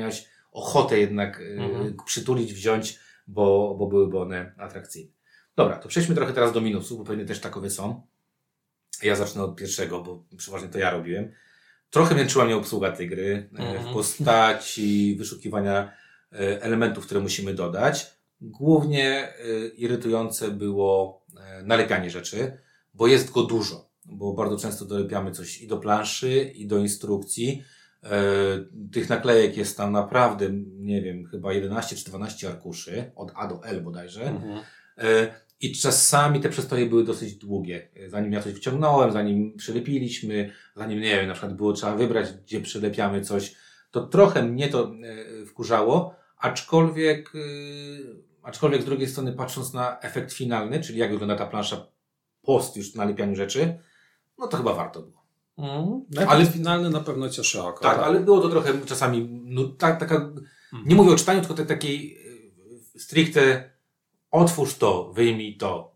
ochotę jednak przytulić, wziąć, bo byłyby one atrakcyjne. Dobra, to przejdźmy trochę teraz do minusów, bo pewnie też takowe są. Ja zacznę od pierwszego, bo przeważnie to ja robiłem. Trochę męczyła mnie obsługa tej gry w postaci wyszukiwania elementów, które musimy dodać. Głównie irytujące było nalepianie rzeczy, bo jest go dużo. Bo bardzo często dolepiamy coś i do planszy, i do instrukcji. Tych naklejek jest tam naprawdę, nie wiem, chyba 11 czy 12 arkuszy, od A do L bodajże. I czasami te przestoje były dosyć długie. Zanim ja coś wciągnąłem, zanim przylepiliśmy, zanim, nie wiem, na przykład było trzeba wybrać, gdzie przylepiamy coś, to trochę mnie to wkurzało, aczkolwiek z drugiej strony patrząc na efekt finalny, czyli jak wygląda ta plansza post już nalepianiu rzeczy, no to chyba warto było. Ale finalny na pewno cieszy oko. Tak, ale było to trochę czasami, nie mówię o czytaniu, tylko takiej stricte otwórz to, wyjmij to,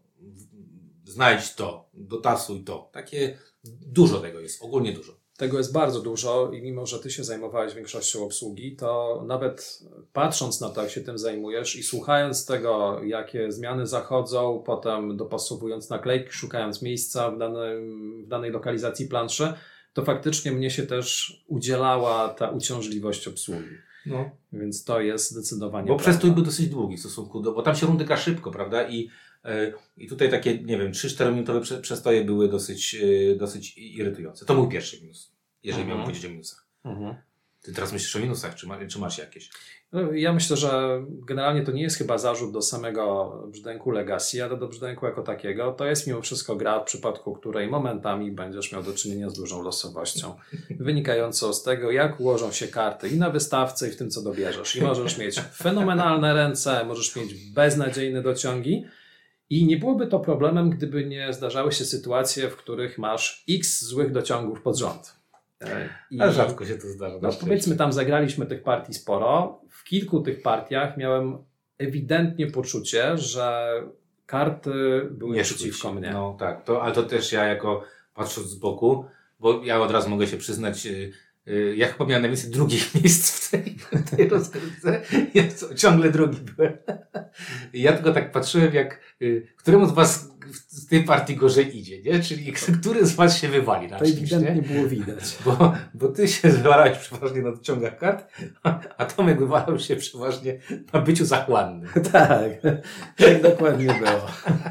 znajdź to, dotasuj to. Takie dużo tego jest, ogólnie dużo. Tego jest bardzo dużo i mimo, że ty się zajmowałeś większością obsługi, to nawet patrząc na to, jak się tym zajmujesz i słuchając tego, jakie zmiany zachodzą, potem dopasowując naklejki, szukając miejsca w danej lokalizacji planszy, to faktycznie mnie się też udzielała ta uciążliwość obsługi. No. Więc to jest zdecydowanie. Bo przestój był dosyć długi w stosunku do, bo tam się rundy gra szybko, prawda? I tutaj takie, nie wiem, 3-4 minutowe przestoje były dosyć irytujące. To mój pierwszy minus, jeżeli miałem powiedzieć o minusach. Ty teraz myślisz o minusach, czy masz jakieś? No, ja myślę, że generalnie to nie jest chyba zarzut do samego brzdęku Legacy, ale do brzdęku jako takiego. To jest mimo wszystko gra, w przypadku której momentami będziesz miał do czynienia z dużą losowością, wynikającą z tego, jak ułożą się karty i na wystawce, i w tym, co dobierzesz. I możesz mieć fenomenalne ręce, możesz mieć beznadziejne dociągi. I nie byłoby to problemem, gdyby nie zdarzały się sytuacje, w których masz x złych dociągów pod rząd. Ale rzadko się to zdarza. No, powiedzmy, tam zagraliśmy tych partii sporo. W kilku tych partiach miałem ewidentnie poczucie, że karty były przeciwko mnie. No tak, ale to też ja jako patrząc z boku, bo ja od razu mogę się przyznać, ja chyba miałem najwięcej drugich miejsc w tej rozgrywce. Ja ciągle drugi byłem. I ja tylko tak patrzyłem, jak któremu z was z tej partii gorzej idzie, nie? Czyli który z was się wywali na to czymś, ewidentnie nie? Było widać. Bo ty się wywalałeś przeważnie na ciągach kart, a Tomek wywalał się przeważnie na byciu zachłannym. Tak dokładnie było.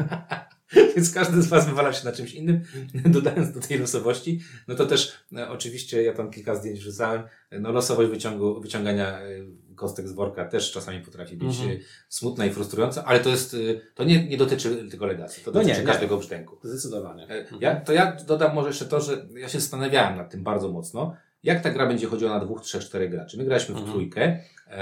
Więc każdy z was wywalał się na czymś innym, dodając do tej losowości. No to też oczywiście ja tam kilka zdjęć wrzucałem. No losowość wyciągania kostek z worka też czasami potrafi być smutna i frustrująca, ale to nie dotyczy tylko Legacy, to dotyczy każdego brzdęku. Zdecydowanie. Ja dodam może jeszcze to, że ja się zastanawiałem nad tym bardzo mocno, jak ta gra będzie chodziła na 2, 3, 4 graczy. My graliśmy w trójkę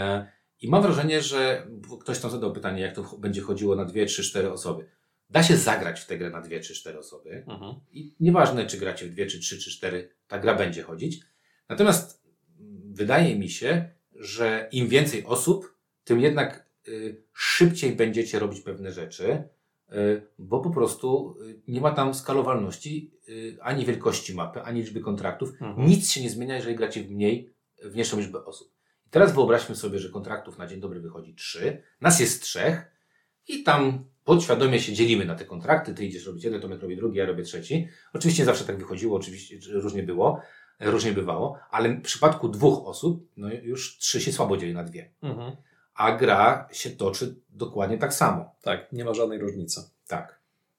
i mam wrażenie, że ktoś tam zadał pytanie, jak to będzie chodziło na 2, 3, 4 osoby. Da się zagrać w tę grę na 2 czy 4 osoby i nieważne, czy gracie w 2, czy 3, czy 4, ta gra będzie chodzić. Natomiast wydaje mi się, że im więcej osób, tym jednak szybciej będziecie robić pewne rzeczy, bo po prostu nie ma tam skalowalności ani wielkości mapy, ani liczby kontraktów. Nic się nie zmienia, jeżeli gracie w mniejszą liczbę osób. I teraz wyobraźmy sobie, że kontraktów na dzień dobry wychodzi 3, nas jest 3 i tam podświadomie się dzielimy na te kontrakty. Ty idziesz robić jeden, Tomek robi drugi, ja robię trzeci. Oczywiście zawsze tak wychodziło, oczywiście różnie bywało, ale w przypadku 2 osób, no już 3 się słabo dzieli na 2. A gra się toczy dokładnie tak samo. Tak, nie ma żadnej różnicy. Tak.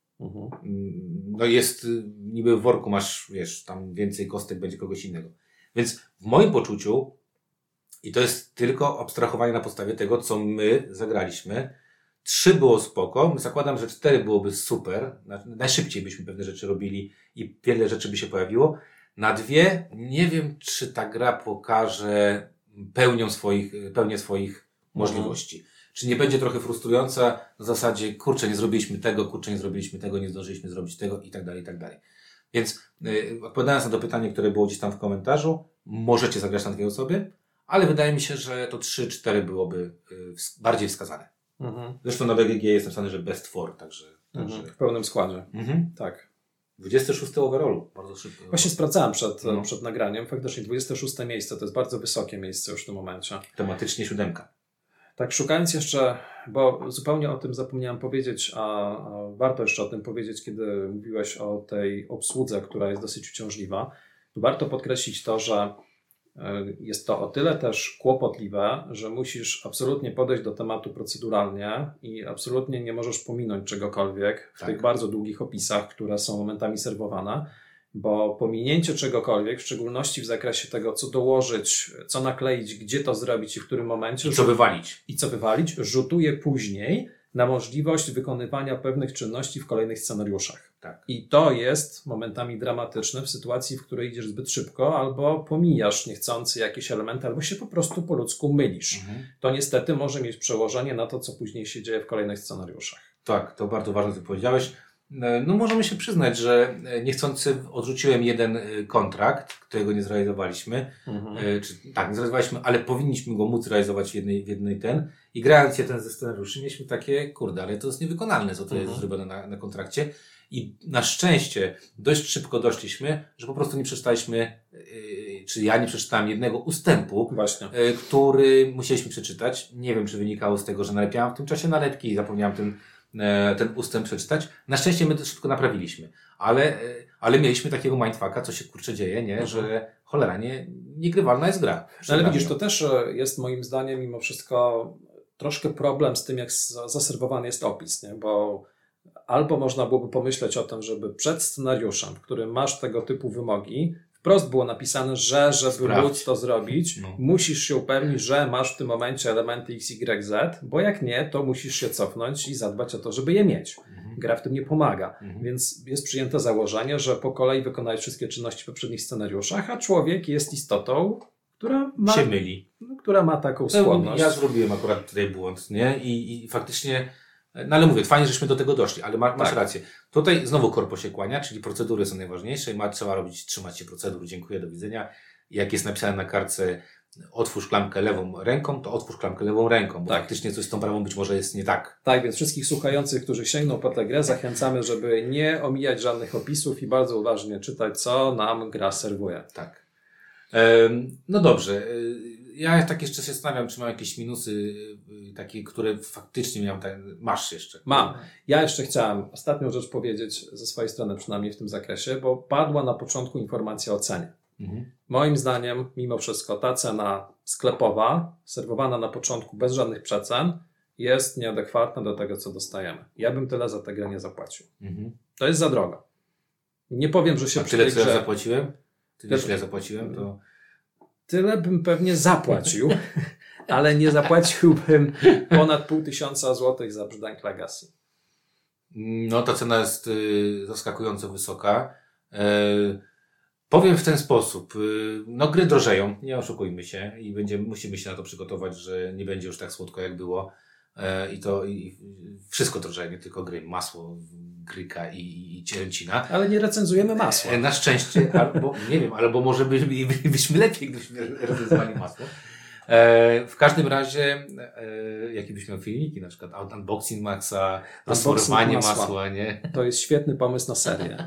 No jest, niby w worku masz, wiesz, tam więcej kostek będzie kogoś innego. Więc w moim poczuciu, i to jest tylko abstrahowanie na podstawie tego, co my zagraliśmy, 3 było spoko, zakładam, że 4 byłoby super, najszybciej byśmy pewne rzeczy robili i wiele rzeczy by się pojawiło. Na 2 nie wiem, czy ta gra pokaże pełnię swoich możliwości. Czy nie będzie trochę frustrująca w zasadzie, kurczę, nie zrobiliśmy tego, nie zdążyliśmy zrobić tego i tak dalej, i tak dalej. Więc odpowiadając na to pytanie, które było gdzieś tam w komentarzu, możecie zagrać na 2 osoby, ale wydaje mi się, że to 3-4 byłoby bardziej wskazane. Zresztą na BGG jest napisane, że best 4, także... W pełnym składzie. Tak. 26 overallu, bardzo szybko. Właśnie sprawdzałem przed nagraniem. Faktycznie 26 miejsce to jest bardzo wysokie miejsce już w tym momencie. Tematycznie 7. Tak, szukając jeszcze, bo zupełnie o tym zapomniałem powiedzieć, a warto jeszcze o tym powiedzieć, kiedy mówiłeś o tej obsłudze, która jest dosyć uciążliwa. Warto podkreślić to, że jest to o tyle też kłopotliwe, że musisz absolutnie podejść do tematu proceduralnie i absolutnie nie możesz pominąć czegokolwiek w tych bardzo długich opisach, które są momentami serwowane, bo pominięcie czegokolwiek, w szczególności w zakresie tego, co dołożyć, co nakleić, gdzie to zrobić i w którym momencie, I co wywalić, rzutuje później na możliwość wykonywania pewnych czynności w kolejnych scenariuszach. Tak. I to jest momentami dramatyczne w sytuacji, w której idziesz zbyt szybko albo pomijasz niechcący jakieś elementy, albo się po prostu po ludzku mylisz. To niestety może mieć przełożenie na to, co później się dzieje w kolejnych scenariuszach. Tak, to bardzo ważne, co powiedziałeś. No możemy się przyznać, że niechcący odrzuciłem jeden kontrakt, którego nie zrealizowaliśmy. Nie zrealizowaliśmy, ale powinniśmy go móc realizować w jednej i grając jeden ze scenariuszy mieliśmy takie, kurde, ale to jest niewykonalne, co to jest zrobione na kontrakcie. I na szczęście dość szybko doszliśmy, że po prostu nie przeczytaliśmy, czy ja nie przeczytałem jednego ustępu, który musieliśmy przeczytać. Nie wiem, czy wynikało z tego, że nalepiałem w tym czasie nalepki i zapomniałem ten ustęp przeczytać. Na szczęście my to szybko naprawiliśmy. Ale mieliśmy takiego mindfucka, co się kurczę dzieje, nie? Że cholera, niegrywalna jest gra. Ale widzisz, to też jest moim zdaniem mimo wszystko troszkę problem z tym, jak zaserwowany jest opis, nie? Bo albo można byłoby pomyśleć o tym, żeby przed scenariuszem, w którym masz tego typu wymogi, wprost było napisane, że żeby móc to zrobić, musisz się upewnić, że masz w tym momencie elementy X, Y, Z, bo jak nie, to musisz się cofnąć i zadbać o to, żeby je mieć. Gra w tym nie pomaga. Więc jest przyjęte założenie, że po kolei wykonałeś wszystkie czynności w poprzednich scenariuszach, a człowiek jest istotą, która się myli. Która ma taką skłonność. Ja zrobiłem akurat tutaj błąd, nie? I faktycznie, no ale mówię, fajnie, żeśmy do tego doszli, ale masz rację. Tutaj znowu korpo się kłania, czyli procedury są najważniejsze i trzeba trzymać się procedur. Dziękuję, do widzenia. Jak jest napisane na kartce otwórz klamkę lewą ręką, to otwórz klamkę lewą ręką, bo faktycznie coś z tą bramą być może jest nie tak. Tak, więc wszystkich słuchających, którzy sięgną po tę grę, zachęcamy, żeby nie omijać żadnych opisów i bardzo uważnie czytać, co nam gra serwuje. Tak. No dobrze. Ja tak jeszcze się zastanawiam, czy mam jakieś minusy takie, które faktycznie miałem. Masz jeszcze? Mam. Ja jeszcze chciałem ostatnią rzecz powiedzieć ze swojej strony, przynajmniej w tym zakresie, bo padła na początku informacja o cenie. Moim zdaniem, mimo wszystko, ta cena sklepowa, serwowana na początku bez żadnych przecen, jest nieadekwatna do tego, co dostajemy. Ja bym tyle za tę grę nie zapłacił. To jest za drogo. Nie powiem, że się A tyle, co ja zapłaciłem? Tyle, ile zapłaciłem, to... Tyle bym pewnie zapłacił, ale nie zapłaciłbym ponad 500 złotych za Brzdęk Legacy. No, ta cena jest zaskakująco wysoka. Powiem w ten sposób. No, gry drożeją, nie oszukujmy się i musimy się na to przygotować, że nie będzie już tak słodko, jak było. I wszystko drożeje, nie tylko gry. Masło, gryka i cielęcina. Ale nie recenzujemy masła. Na szczęście, albo nie wiem, albo może byśmy lepiej, gdybyśmy recenzowali masło. W każdym razie, jaki byś miał filmiki, na przykład unboxing Maxa, rozsmarowanie masła, nie? To jest świetny pomysł na serię.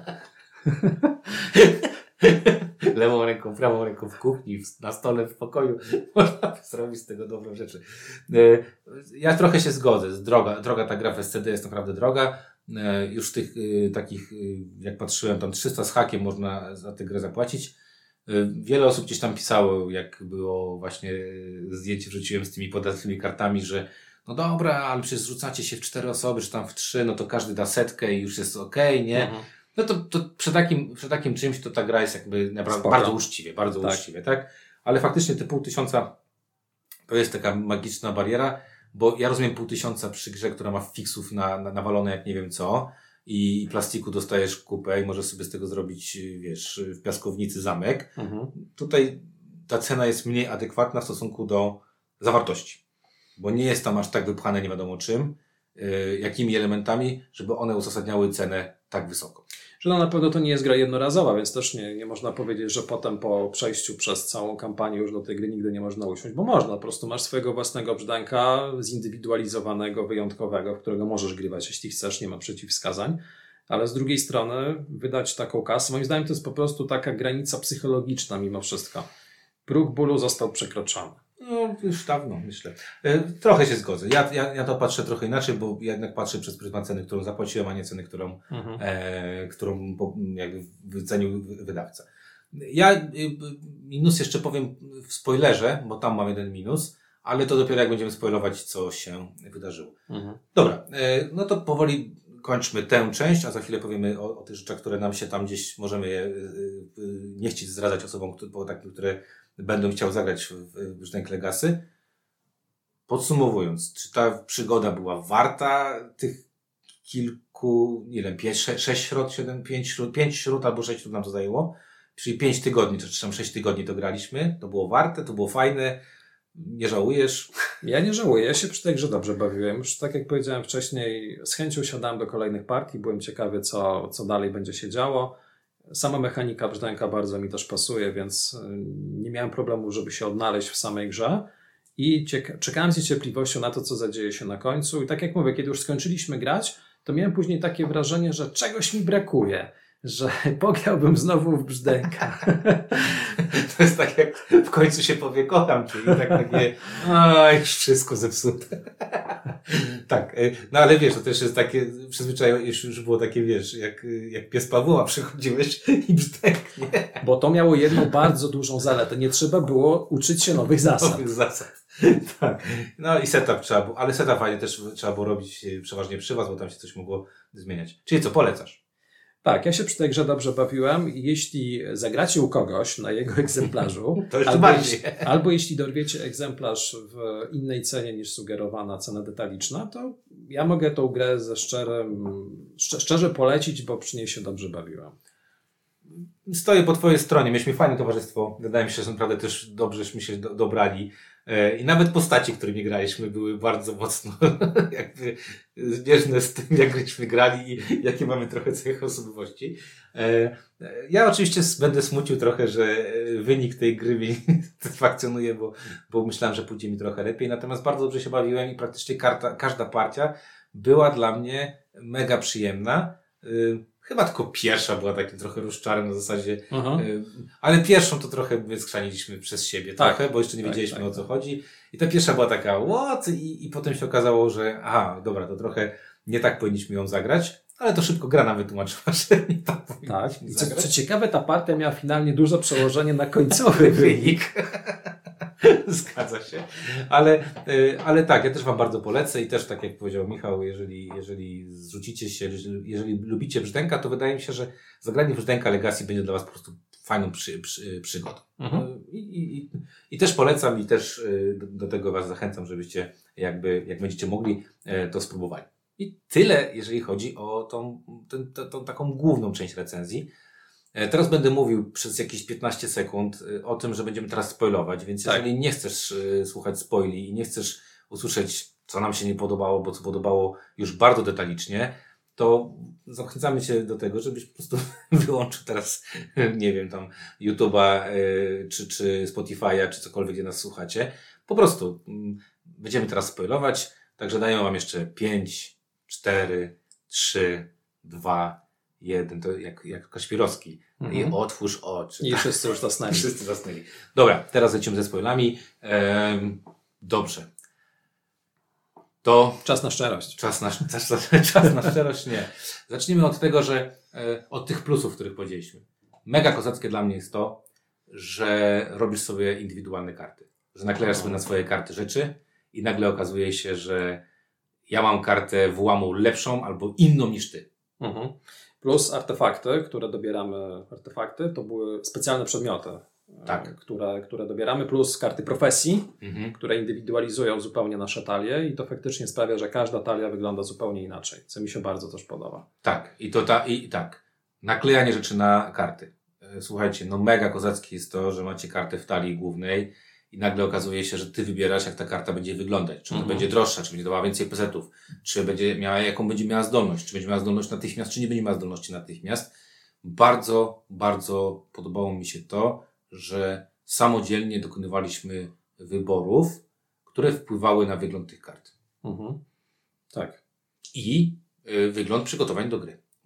Lewą ręką, prawą ręką w kuchni, na stole, w pokoju. Można zrobić z tego dobrą rzeczy. Ja trochę się zgodzę. Droga ta gra w SCD jest naprawdę droga. Już tych takich, jak patrzyłem, tam 300 z hakiem można za tę grę zapłacić. Wiele osób gdzieś tam pisało, jak było właśnie zdjęcie wrzuciłem z tymi podatnymi kartami, że no dobra, ale przecież zrzucacie się w 4 osoby, czy tam w 3, no to każdy da 100 i już jest okej, nie? No to przy takim czymś to ta gra jest jakby naprawdę bardzo uczciwie, tak? Ale faktycznie te 500 to jest taka magiczna bariera, bo ja rozumiem 500 przy grze, która ma fixów nawalone jak nie wiem co i plastiku dostajesz kupę i możesz sobie z tego zrobić, wiesz, w piaskownicy zamek. Tutaj ta cena jest mniej adekwatna w stosunku do zawartości, bo nie jest tam aż tak wypchane nie wiadomo czym, jakimi elementami, żeby one uzasadniały cenę tak wysoką. Że no na pewno to nie jest gra jednorazowa, więc też nie można powiedzieć, że potem po przejściu przez całą kampanię już do tej gry nigdy nie można usiąść, bo można, po prostu masz swojego własnego brzdęka zindywidualizowanego, wyjątkowego, w którego możesz grywać, jeśli chcesz, nie ma przeciwwskazań. ale z drugiej strony wydać taką kasę, moim zdaniem to jest po prostu taka granica psychologiczna mimo wszystko. Próg bólu został przekroczony. No, już dawno, myślę. Trochę się zgodzę. Ja to patrzę trochę inaczej, bo ja jednak patrzę przez pryzmat ceny, którą zapłaciłem, a nie ceny, którą jakby wycenił wydawca. Ja minus jeszcze powiem w spoilerze, bo tam mam jeden minus, ale to dopiero jak będziemy spoilować, co się wydarzyło. Dobra, no to powoli kończmy tę część, a za chwilę powiemy o tych rzeczach, które nam się tam gdzieś możemy je nie chcieć zdradzać osobom, które będą chciały zagrać w Brzdęk Legacy. Podsumowując, czy ta przygoda była warta tych kilku, nie wiem, 6 śród, 5 śród albo 6 śród nam to zajęło? Czyli 5 tygodni, czy tam 6 tygodni to graliśmy. To było warte, to było fajne. Nie żałujesz? Ja nie żałuję, ja się przy tej grze dobrze bawiłem. Już tak jak powiedziałem wcześniej, z chęcią siadałem do kolejnych partii, byłem ciekawy, co dalej będzie się działo. Sama mechanika brzdęka bardzo mi też pasuje, więc nie miałem problemu, żeby się odnaleźć w samej grze. I czekałem z niecierpliwością na to, co zadzieje się na końcu. I tak jak mówię, kiedy już skończyliśmy grać, to miałem później takie wrażenie, że czegoś mi brakuje. Że pograłbym znowu w brzdęka. To jest tak, jak w końcu się powie kocham, czyli takie oj, wszystko zepsute. Tak, no ale wiesz, to też jest takie przyzwyczajenie, już było takie, wiesz, jak pies Pawła przychodziłeś i brzdęk, nie? Bo to miało jedną bardzo dużą zaletę. Nie trzeba było uczyć się nowych zasad. Nowych zasad. Tak. No i setup trzeba było, ale setup fajnie też trzeba było robić przeważnie przy was, bo tam się coś mogło zmieniać. Czyli co, polecasz? Tak, ja się przy tej grze dobrze bawiłem. Jeśli zagracie u kogoś na jego egzemplarzu, to jeszcze bardziej. Albo jeśli dorwiecie egzemplarz w innej cenie niż sugerowana cena detaliczna, to ja mogę tą grę szczerze polecić, bo przy niej się dobrze bawiłem. Stoję po twojej stronie. Mieliśmy fajne towarzystwo. Wydaje mi się, że naprawdę też dobrześmy się dobrali. I nawet postaci, którymi graliśmy, były bardzo mocno jakby zbieżne z tym, jak żeśmy grali i jakie mamy trochę cech osobowości. Ja oczywiście będę smucił trochę, że wynik tej gry mnie satysfakcjonuje, bo myślałem, że pójdzie mi trochę lepiej. Natomiast bardzo dobrze się bawiłem i praktycznie każda partia była dla mnie mega przyjemna. Chyba tylko pierwsza była takim trochę rozczarem na zasadzie, ale pierwszą to trochę skrzaniliśmy przez siebie trochę, bo jeszcze nie wiedzieliśmy o co chodzi. I ta pierwsza była taka what? I potem się okazało, że aha, dobra, to trochę nie tak powinniśmy ją zagrać, ale to szybko gra nam wytłumaczyła, że nie tak powinniśmy zagrać. Co ciekawe, ta partia miała finalnie duże przełożenie na końcowy wynik. Zgadza się. Ale tak, ja też wam bardzo polecę i też tak jak powiedział Michał, jeżeli zrzucicie się, jeżeli lubicie brzdęka, to wydaje mi się, że zagranie brzdęka Legacy będzie dla was po prostu fajną przygodą. I też polecam i też do tego was zachęcam, żebyście jak będziecie mogli, to spróbowali. I tyle, jeżeli chodzi o tą taką główną część recenzji. Teraz będę mówił przez jakieś 15 sekund o tym, że będziemy teraz spoilować, więc jeżeli nie chcesz słuchać spoili i nie chcesz usłyszeć, co nam się nie podobało, bo co podobało już bardzo detalicznie, to zachęcamy Cię do tego, żebyś po prostu wyłączył teraz, nie wiem, tam YouTube'a, czy Spotify'a, czy cokolwiek, gdzie nas słuchacie. Po prostu będziemy teraz spoilować, także daję Wam jeszcze 5, 4, 3, 2, 1, to jak Kaśpirowski. I otwórz oczy. I wszyscy już zasnęli. Wszyscy zasnęli. Dobra, teraz lecimy ze spoilami. Dobrze. To czas na szczerość. Czas na szczerość, nie. Zacznijmy od tego, że od tych plusów, których powiedzieliśmy. Mega kozackie dla mnie jest to, że robisz sobie indywidualne karty. Że naklejasz sobie na swoje karty rzeczy i nagle okazuje się, że ja mam kartę włamu lepszą albo inną niż ty. Plus artefakty, które dobieramy. Artefakty to były specjalne przedmioty, które dobieramy, plus karty profesji, które indywidualizują zupełnie nasze talie i to faktycznie sprawia, że każda talia wygląda zupełnie inaczej, co mi się bardzo też podoba. Tak, tak. Naklejanie rzeczy na karty. Słuchajcie, no mega kozackie jest to, że macie kartę w talii głównej i nagle okazuje się, że ty wybierasz, jak ta karta będzie wyglądać. Czy to będzie droższa, czy będzie dawała więcej pesetów, czy jaką będzie miała zdolność, czy będzie miała zdolność natychmiast, czy nie będzie miała zdolności natychmiast. Bardzo, bardzo podobało mi się to, że samodzielnie dokonywaliśmy wyborów, które wpływały na wygląd tych kart. Tak. I wygląd przygotowań do gry.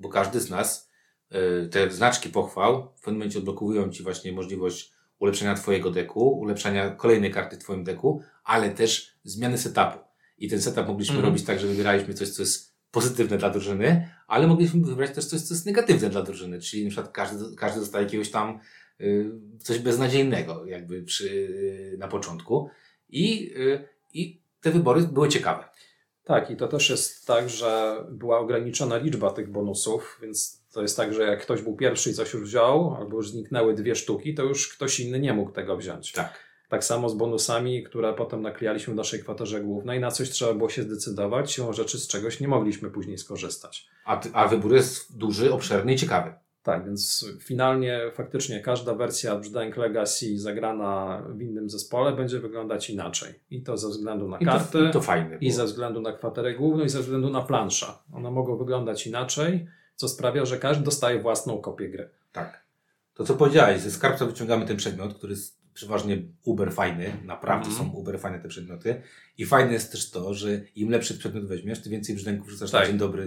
bo każdy z nas, te znaczki pochwał w pewnym momencie odblokowują Ci właśnie możliwość ulepszenia Twojego deku, ulepszenia kolejnej karty w Twoim deku, ale też zmiany setupu. I ten setup mogliśmy robić tak, że wybieraliśmy coś, co jest pozytywne dla drużyny, ale mogliśmy wybrać też coś, co jest negatywne dla drużyny, czyli na przykład każdy dostaje jakiegoś tam coś beznadziejnego jakby na początku i te wybory były ciekawe. Tak, i to też jest tak, że była ograniczona liczba tych bonusów, więc to jest tak, że jak ktoś był pierwszy i coś już wziął, albo już zniknęły 2 sztuki, to już ktoś inny nie mógł tego wziąć. Tak samo z bonusami, które potem naklejaliśmy w naszej kwaterze głównej. Na coś trzeba było się zdecydować, siłą rzeczy z czegoś nie mogliśmy później skorzystać. A wybór jest duży, obszerny i ciekawy. Tak, więc finalnie faktycznie każda wersja Brzdęk Legacy zagrana w innym zespole będzie wyglądać inaczej. I to ze względu na karty, to fajne i ze względu na kwaterę główną, i ze względu na planszę. One mogą wyglądać inaczej, co sprawia, że każdy dostaje własną kopię gry. Tak. To co powiedziałeś, ze skarbca wyciągamy ten przedmiot, który jest przeważnie uber fajny, naprawdę są uber fajne te przedmioty i fajne jest też to, że im lepszy przedmiot weźmiesz, tym więcej brzdęków wrzucasz na dzień dobry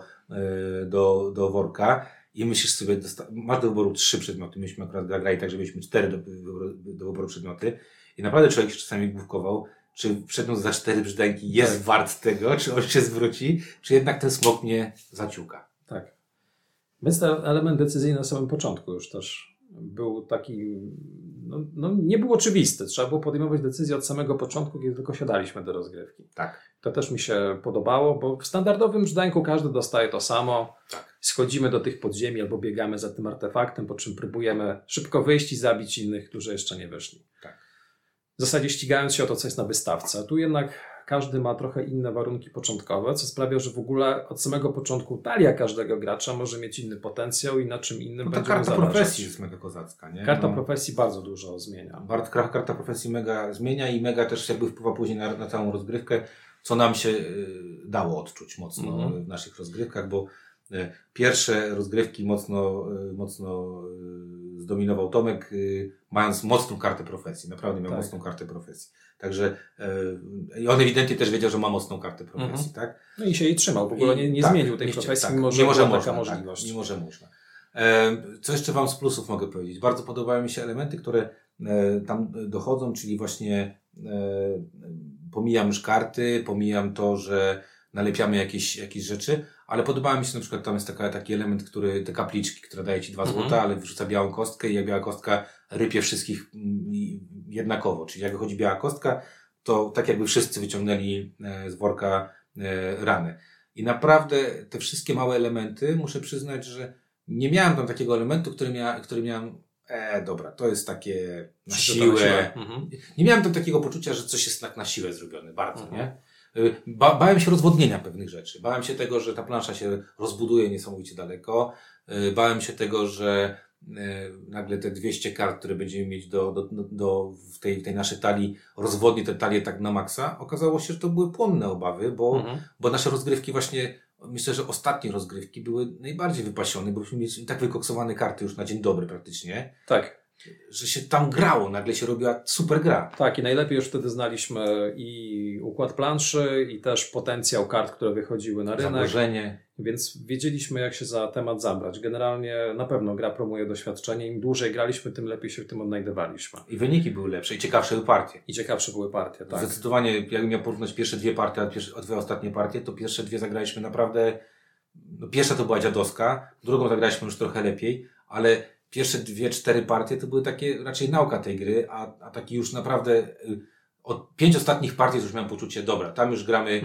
do worka i myślisz sobie, masz do wyboru 3 przedmioty, myśmy akurat grali tak, że mieliśmy 4 do wyboru przedmioty i naprawdę człowiek się czasami główkował, czy przedmiot za 4 brzdęki jest wart tego, czy on się zwróci, czy jednak ten smok mnie zaciuka. Tak. Więc ten element decyzyjny na samym początku już też był taki, nie był oczywisty. Trzeba było podejmować decyzję od samego początku, kiedy tylko siadaliśmy do rozgrywki. Tak. To też mi się podobało, bo w standardowym brzdęku każdy dostaje to samo. Tak. Schodzimy do tych podziemi albo biegamy za tym artefaktem, po czym próbujemy szybko wyjść i zabić innych, którzy jeszcze nie wyszli. Tak. W zasadzie ścigając się o to, co jest na wystawce. A tu jednak każdy ma trochę inne warunki początkowe, co sprawia, że w ogóle od samego początku talia każdego gracza może mieć inny potencjał i na czym innym będzie karta profesji jest mega kozacka, nie? Karta profesji bardzo dużo zmienia. Karta profesji mega zmienia i mega też jakby wpływa później na całą rozgrywkę, co nam się dało odczuć mocno w naszych rozgrywkach, bo pierwsze rozgrywki mocno zdominował Tomek, mając mocną kartę profesji. Naprawdę miał mocną kartę profesji. Także on ewidentnie też wiedział, że ma mocną kartę profesji, tak? No i się jej trzymał. W ogóle nie zmienił tej profesji, mimo że była taka możliwość. Tak, mimo że można. Co jeszcze Wam z plusów mogę powiedzieć? Bardzo podobają mi się elementy, które tam dochodzą, czyli właśnie pomijam już karty, pomijam to, że nalepiamy jakieś rzeczy, ale podoba mi się na przykład, tam jest taki element, te kapliczki, która daje Ci 2 złota, ale wyrzuca białą kostkę i jak biała kostka rypie wszystkich jednakowo. Czyli jak wychodzi biała kostka, to tak jakby wszyscy wyciągnęli z worka rany. I naprawdę te wszystkie małe elementy, muszę przyznać, że nie miałem tam takiego elementu, który miałem dobra, to jest takie na siłę. Nie miałem tam takikiego poczucia, że coś jest tak na siłę zrobione, bardzo, nie? Bałem się rozwodnienia pewnych rzeczy. Bałem się tego, że ta plansza się rozbuduje niesamowicie daleko. Bałem się tego, że nagle te 200 kart, które będziemy mieć w tej naszej talii, rozwodni te talie tak na maksa. Okazało się, że to były płonne obawy, bo nasze rozgrywki właśnie, myślę, że ostatnie rozgrywki były najbardziej wypasione, bo byśmy mieli tak wykoksowane karty już na dzień dobry praktycznie. Tak. Że się tam grało, nagle się robiła super gra. Tak, i najlepiej już wtedy znaliśmy i układ planszy, i też potencjał kart, które wychodziły na rynek. Zagrożenie. Więc wiedzieliśmy, jak się za temat zabrać. Generalnie na pewno gra promuje doświadczenie. Im dłużej graliśmy, tym lepiej się w tym odnajdywaliśmy. I wyniki były lepsze, i ciekawsze były partie. Tak. Zdecydowanie, jakbym miał porównać pierwsze 2 partie, a 2 ostatnie partie, to pierwsze 2 zagraliśmy naprawdę... pierwsza to była dziadowska, drugą zagraliśmy już trochę lepiej, ale pierwsze 2-4 partie to były takie raczej nauka tej gry, a taki już naprawdę od 5 ostatnich partii już miałem poczucie, dobra, tam już gramy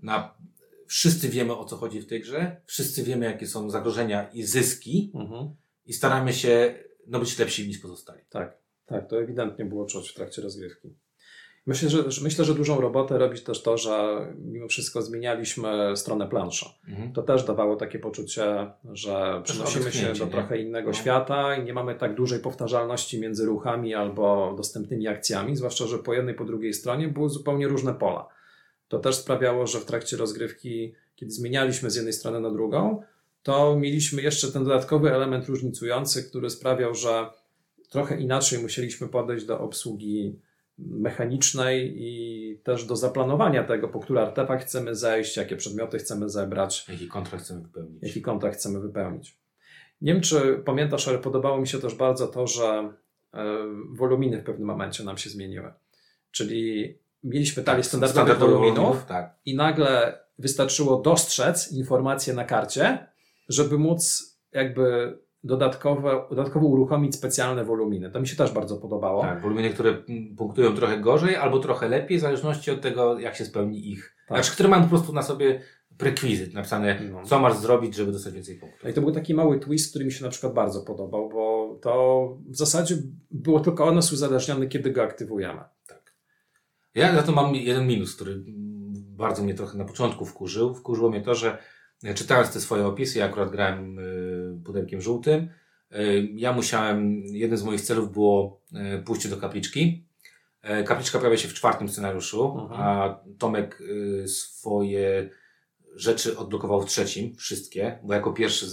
wszyscy wiemy, o co chodzi w tej grze, wszyscy wiemy, jakie są zagrożenia i zyski i staramy się być lepsi niż pozostali. Tak, to ewidentnie było czuć w trakcie rozgrywki. Myślę, że dużą robotę robi też to, że mimo wszystko zmienialiśmy stronę plansza. To też dawało takie poczucie, że przenosimy się do trochę innego świata i nie mamy tak dużej powtarzalności między ruchami albo dostępnymi akcjami, zwłaszcza, że po jednej, po drugiej stronie były zupełnie różne pola. To też sprawiało, że w trakcie rozgrywki, kiedy zmienialiśmy z jednej strony na drugą, to mieliśmy jeszcze ten dodatkowy element różnicujący, który sprawiał, że trochę inaczej musieliśmy podejść do obsługi mechanicznej i też do zaplanowania tego, po który artefakt chcemy zejść, jakie przedmioty chcemy zebrać. Jaki kontrakt chcemy wypełnić. Jaki kontrakt chcemy wypełnić. Nie wiem, czy pamiętasz, ale podobało mi się też bardzo to, że woluminy w pewnym momencie nam się zmieniły. Czyli mieliśmy talię standardowych woluminów tak. i nagle wystarczyło dostrzec informację na karcie, żeby móc jakby dodatkowo uruchomić specjalne woluminy. To mi się też bardzo podobało. Tak, woluminy, które punktują trochę gorzej albo trochę lepiej, w zależności od tego, jak się spełni ich. Tak. Znaczy, które mają po prostu na sobie rekwizyt napisane, co masz zrobić, żeby dostać więcej punktów. No i to był taki mały twist, który mi się na przykład bardzo podobał, bo to w zasadzie było tylko od nas uzależnione, kiedy go aktywujemy. Tak. Ja za to mam jeden minus, który bardzo mnie trochę na początku wkurzył. Wkurzyło mnie to, że czytając te swoje opisy, ja akurat grałem pudełkiem żółtym, ja musiałem, jeden z moich celów było pójście do kapliczki. Kapliczka pojawia się w 4. scenariuszu, a Tomek swoje rzeczy odblokował w 3, wszystkie, bo jako pierwszy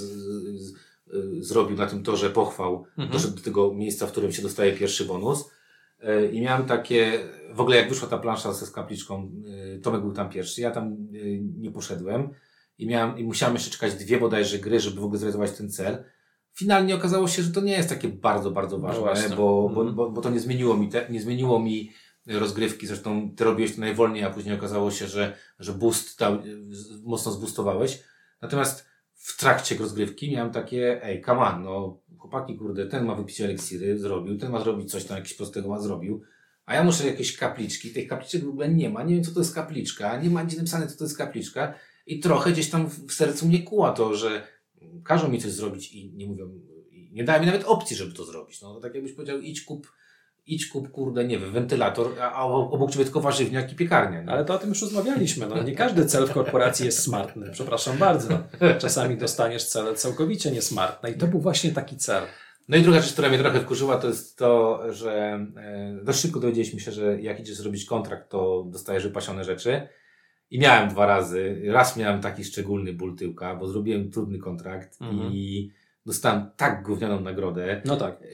zrobił na tym torze pochwał, doszedł do tego miejsca, w którym się dostaje pierwszy bonus. I miałem takie, w ogóle jak wyszła ta plansza z kapliczką, Tomek był tam pierwszy, ja tam nie poszedłem i musiałem jeszcze czekać 2 bodajże gry, żeby w ogóle zrealizować ten cel. Finalnie okazało się, że to nie jest takie bardzo, bardzo ważne, bo to nie zmieniło mi rozgrywki, zresztą ty robiłeś to najwolniej, a później okazało się, że boost mocno zboostowałeś. Natomiast w trakcie rozgrywki miałem takie, come on, no chłopaki, kurde, ten ma wypić eliksiry, zrobił, ten ma zrobić coś tam, jakieś prostego ma zrobił, a ja muszę jakieś kapliczki, tych kapliczek w ogóle nie ma, nie wiem co to jest kapliczka, nie ma nigdzie napisane co to jest kapliczka i trochę gdzieś tam w sercu mnie kuła to, że każą mi coś zrobić i nie mówią, nie dają mi nawet opcji, żeby to zrobić, no tak jakbyś powiedział, idź kup, kurde, nie wiem, wentylator, a obok ciebie tylko warzywniak i piekarnia. Nie? Ale to o tym już rozmawialiśmy. No, nie każdy cel w korporacji jest smartny. Przepraszam bardzo. Czasami dostaniesz cele całkowicie niesmartne i to był właśnie taki cel. No i druga rzecz, która mnie trochę wkurzyła, to jest to, że dość szybko dowiedzieliśmy się, że jak idziesz zrobić kontrakt, to dostajesz wypasione rzeczy. I miałem 2 razy. Raz miałem taki szczególny ból tyłka, bo zrobiłem trudny kontrakt i dostałem tak gównianą nagrodę. No tak.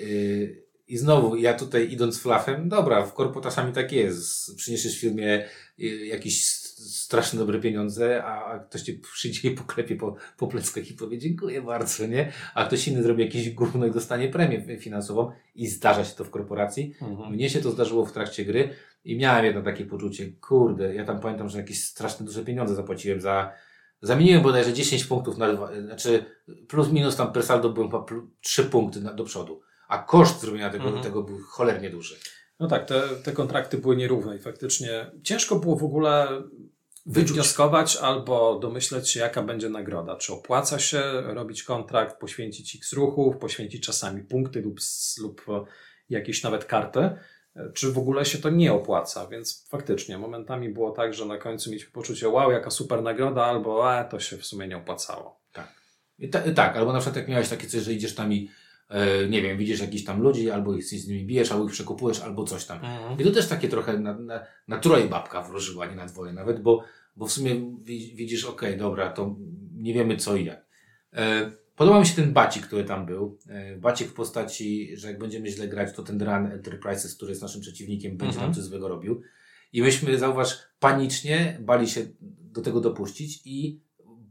I znowu, ja tutaj idąc flafem, dobra, w korpo czasami tak jest. Przyniesiesz firmie jakieś strasznie dobre pieniądze, a ktoś cię przyjdzie i poklepie po pleckach i powie dziękuję bardzo, nie? A ktoś inny zrobi jakieś gówno i dostanie premię finansową i zdarza się to w korporacji. Mnie się to zdarzyło w trakcie gry i miałem jedno takie poczucie, kurde, ja tam pamiętam, że jakieś straszne duże pieniądze zapłaciłem zamieniłem bodajże 10 punktów na 2, znaczy plus minus tam per saldo byłem 3 punkty do przodu. A koszt zrobienia tego był cholernie duży. No tak, te kontrakty były nierówne i faktycznie ciężko było w ogóle wywnioskować albo domyśleć się, jaka będzie nagroda. Czy opłaca się robić kontrakt, poświęcić x ruchów, poświęcić czasami punkty lub jakieś nawet karty, czy w ogóle się to nie opłaca. Więc faktycznie momentami było tak, że na końcu mieliśmy poczucie, wow, jaka super nagroda, albo to się w sumie nie opłacało. Tak. Tak, albo na przykład jak miałeś takie coś, że idziesz tam i nie wiem, widzisz jakichś tam ludzi, albo ich z nimi bijesz, albo ich przekupujesz, albo coś tam. I to też takie trochę na troje babka wróżyła, nie na 2 nawet, bo w sumie widzisz, okej, dobra, to nie wiemy co i jak. Podoba mi się ten bacik, który tam był. Bacik w postaci, że jak będziemy źle grać, to ten Dran Enterprises, który jest naszym przeciwnikiem, będzie nam coś złego robił. I myśmy, zauważ, panicznie bali się do tego dopuścić i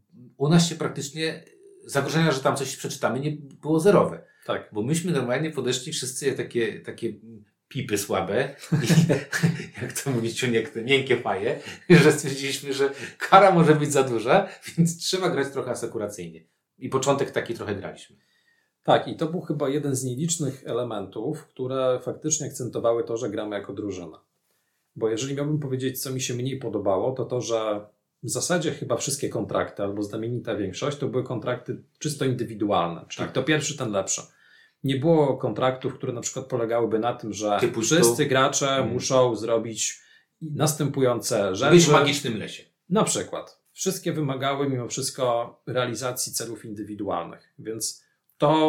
u nas się praktycznie zagrożenia, że tam coś przeczytamy, nie było zerowe. Tak. Bo myśmy normalnie podeszli wszyscy takie pipy słabe i jak to mówić, miękkie faje, że stwierdziliśmy, że kara może być za duża, więc trzeba grać trochę asekuracyjnie. I początek taki trochę graliśmy. Tak, i to był chyba jeden z nielicznych elementów, które faktycznie akcentowały to, że gramy jako drużyna. Bo jeżeli miałbym powiedzieć, co mi się mniej podobało, to, że w zasadzie chyba wszystkie kontrakty, albo znamienita większość, to były kontrakty czysto indywidualne. Czyli tak. Kto pierwszy, ten lepszy. Nie było kontraktów, które na przykład polegałyby na tym, że wszyscy gracze muszą zrobić następujące rzeczy. Być w magicznym lesie. Na przykład. Wszystkie wymagały mimo wszystko realizacji celów indywidualnych. Więc to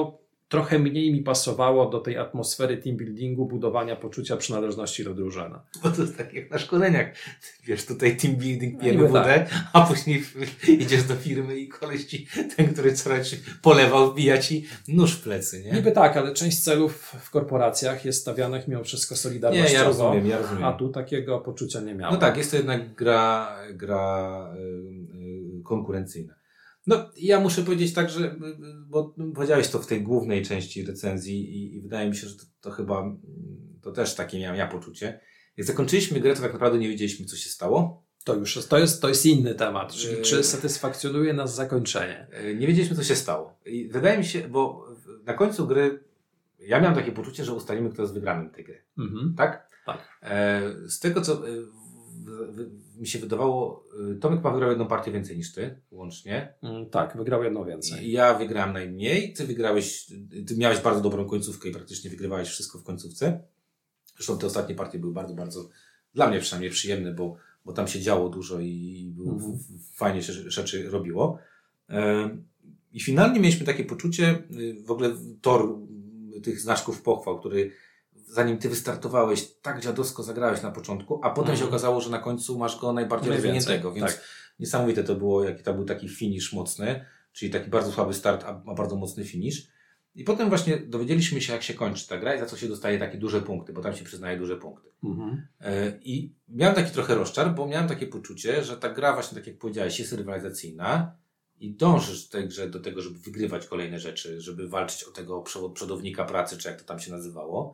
trochę mniej mi pasowało do tej atmosfery team buildingu, budowania poczucia przynależności do drużyny. Bo to jest tak jak na szkoleniach. Wiesz, tutaj team building pijemy wodę, a później idziesz do firmy i koleś ci, ten, który coraz polewał, wbija ci nóż w plecy, nie? Niby tak, ale część celów w korporacjach jest stawianych mimo wszystko solidarnościowo. Nie, ja rozumiem. A tu takiego poczucia nie miałem. No tak, jest to jednak gra konkurencyjna. No, ja muszę powiedzieć tak, że, bo powiedziałeś to w tej głównej części recenzji i wydaje mi się, że to chyba, to też takie miałem ja poczucie. Jak zakończyliśmy grę, to tak naprawdę nie wiedzieliśmy, co się stało. To jest inny temat, czyli czy satysfakcjonuje nas zakończenie. Nie wiedzieliśmy, co się stało. I wydaje mi się, bo na końcu gry ja miałem takie poczucie, że ustalimy, kto jest wygranym tej gry. Tak? Tak. Z tego, co mi się wydawało, Tomek ma wygrał jedną partię więcej niż ty, łącznie. Tak, wygrał jedną więcej. Ja wygrałem najmniej, ty miałeś bardzo dobrą końcówkę i praktycznie wygrywałeś wszystko w końcówce. Zresztą te ostatnie partie były bardzo, bardzo, dla mnie przynajmniej przyjemne, bo tam się działo dużo i fajnie się rzeczy robiło. I finalnie mieliśmy takie poczucie, w ogóle tor tych znaczków pochwał, który zanim ty wystartowałeś, tak dziadowsko zagrałeś na początku, a potem się okazało, że na końcu masz go najbardziej rozwiniętego, więc tak. Niesamowite to było, jaki to był taki finish mocny, czyli taki bardzo słaby start, a bardzo mocny finish. I potem właśnie dowiedzieliśmy się, jak się kończy ta gra i za co się dostaje takie duże punkty, bo tam się przyznaje duże punkty. I miałem taki trochę rozczar, bo miałem takie poczucie, że ta gra właśnie, tak jak powiedziałeś, jest rywalizacyjna i dążysz w tej grze do tego, żeby wygrywać kolejne rzeczy, żeby walczyć o tego przodownika pracy, czy jak to tam się nazywało.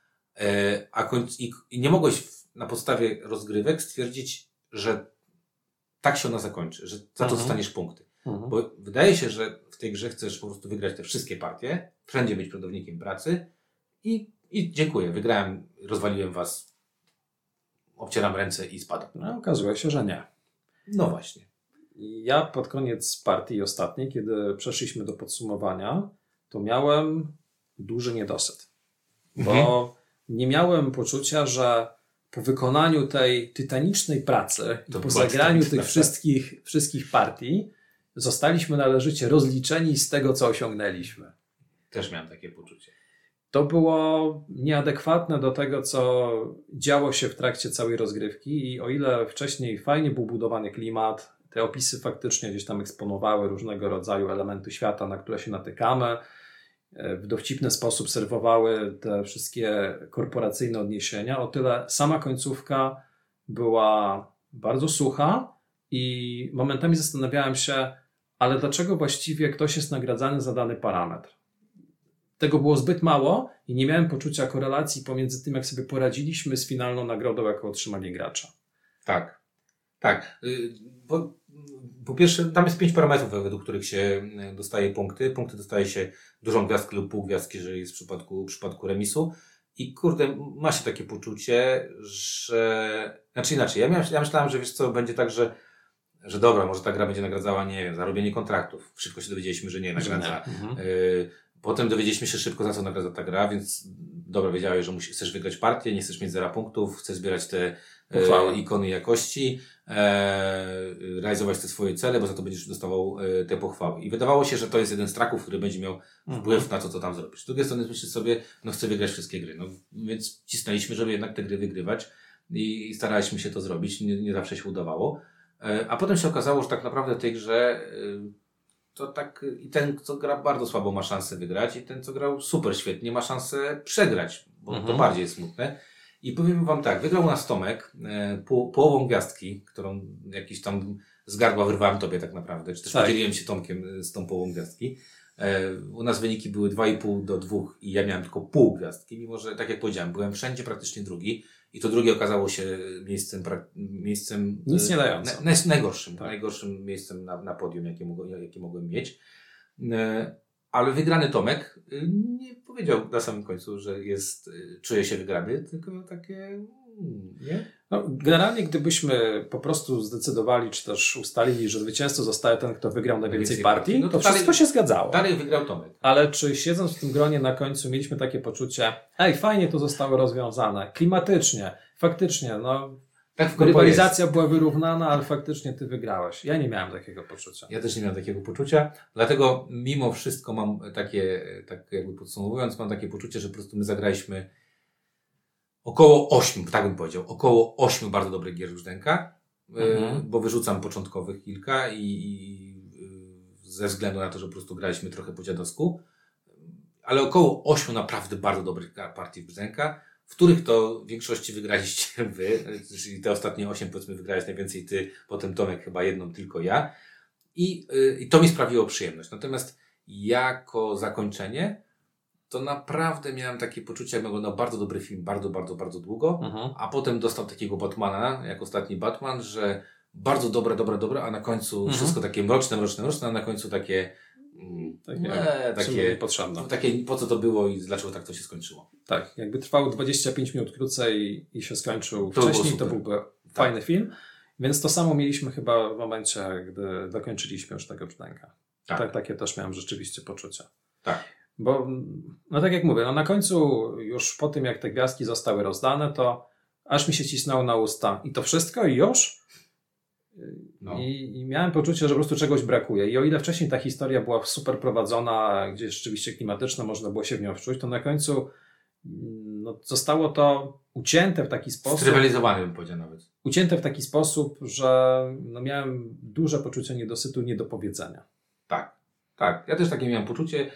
I nie mogłeś na podstawie rozgrywek stwierdzić, że tak się ona zakończy, że za to dostaniesz punkty. Bo wydaje się, że w tej grze chcesz po prostu wygrać te wszystkie partie, wszędzie być przodownikiem pracy i dziękuję, wygrałem, rozwaliłem was, obcieram ręce i spadam. No, okazuje się, że nie. No właśnie. Ja pod koniec partii ostatniej, kiedy przeszliśmy do podsumowania, to miałem duży niedosyt. Bo nie miałem poczucia, że po wykonaniu tej tytanicznej pracy i po zagraniu tych wszystkich partii zostaliśmy należycie rozliczeni z tego, co osiągnęliśmy. Też miałem takie poczucie. To było nieadekwatne do tego, co działo się w trakcie całej rozgrywki i o ile wcześniej fajnie był budowany klimat, te opisy faktycznie gdzieś tam eksponowały różnego rodzaju elementy świata, na które się natykamy, w dowcipny sposób serwowały te wszystkie korporacyjne odniesienia, o tyle sama końcówka była bardzo sucha i momentami zastanawiałem się, ale dlaczego właściwie ktoś jest nagradzany za dany parametr? Tego było zbyt mało i nie miałem poczucia korelacji pomiędzy tym, jak sobie poradziliśmy z finalną nagrodą, jaką otrzymali gracza. Tak. Po pierwsze, tam jest 5 parametrów, według których się dostaje punkty. Punkty dostaje się dużą gwiazdkę lub pół gwiazdki, jeżeli jest w przypadku remisu. I kurde, ma się takie poczucie, że... Znaczy inaczej, ja myślałem, że wiesz co, będzie tak, że dobra, może ta gra będzie nagradzała, nie wiem, za robienie kontraktów. Szybko się dowiedzieliśmy, że nie nagradza. Potem dowiedzieliśmy się szybko, za co nagradza ta gra, więc dobra, wiedziałeś, że chcesz wygrać partię, nie chcesz mieć 0 punktów, chcesz zbierać te ikony jakości, realizować te swoje cele, bo za to będziesz dostawał te pochwały. I wydawało się, że to jest jeden z traków, który będzie miał wpływ na to, co tam zrobisz. Z drugiej strony myślisz sobie, chcę wygrać wszystkie gry. Więc cisnęliśmy, żeby jednak te gry wygrywać i staraliśmy się to zrobić. Nie zawsze się udawało. A potem się okazało, że tak naprawdę w tej grze to tak i ten, co gra bardzo słabo, ma szansę wygrać i ten, co grał super świetnie, ma szansę przegrać, bo to bardziej jest smutne. I powiem wam tak, wygrał u nas Tomek połową gwiazdki, którą jakiś tam z gardła wyrwałem tobie tak naprawdę, czy też podzieliłem się Tomkiem z tą połową gwiazdki. U nas wyniki były 2,5 do 2 i ja miałem tylko pół gwiazdki, mimo że tak jak powiedziałem, byłem wszędzie praktycznie drugi i to drugie okazało się miejscem nic nie dającym. Najgorszym miejscem na podium, jakie mogłem mieć. Ale wygrany Tomek nie powiedział na samym końcu, że czuje się wygrany, tylko takie nie? Generalnie gdybyśmy po prostu zdecydowali, czy też ustalili, że zwycięzcą zostaje ten, kto wygrał najwięcej partii, to wszystko się zgadzało. Dalej wygrał Tomek. Ale czy siedząc w tym gronie na końcu mieliśmy takie poczucie, fajnie to zostało rozwiązane, klimatycznie, faktycznie, Tak w korpo rywalizacja była wyrównana, ale faktycznie ty wygrałeś. Ja nie miałem takiego poczucia. Ja też nie miałem takiego poczucia, dlatego mimo wszystko mam takie, tak jakby podsumowując, mam takie poczucie, że po prostu my zagraliśmy około 8, tak bym powiedział, około 8 bardzo dobrych gier brzdęka, bo wyrzucam początkowych kilka i ze względu na to, że po prostu graliśmy trochę po dziadowsku, ale około 8 naprawdę bardzo dobrych partii brzdęka, w których to w większości wygraliście wy, czyli te ostatnie 8 powiedzmy wygrałeś najwięcej ty, potem Tomek chyba jedną tylko ja i to mi sprawiło przyjemność. Natomiast jako zakończenie to naprawdę miałem takie poczucie, jak oglądał bardzo dobry film, bardzo, bardzo, bardzo długo, a potem dostał takiego Batmana, jak ostatni Batman, że bardzo dobre, a na końcu wszystko takie mroczne, a na końcu takie potrzebne. Takie, po co to było i dlaczego tak to się skończyło. Tak, jakby trwał 25 minut krócej i się skończył wcześniej, to byłby fajny film. Więc to samo mieliśmy chyba w momencie, gdy dokończyliśmy już tego brzdęka. Takie też miałem rzeczywiście poczucie. Tak. Bo, no tak jak mówię, no na końcu już po tym, jak te gwiazdki zostały rozdane, to aż mi się cisnęło na usta. I to wszystko i już? No. I miałem poczucie, że po prostu czegoś brakuje. I o ile wcześniej ta historia była super prowadzona, gdzie rzeczywiście klimatyczna, można było się w nią wczuć, to na końcu zostało to ucięte w taki sposób. Strywalizowane bym powiedział nawet. Ucięte w taki sposób, że miałem duże poczucie niedosytu, niedopowiedzenia. Tak. Ja też takie miałem poczucie.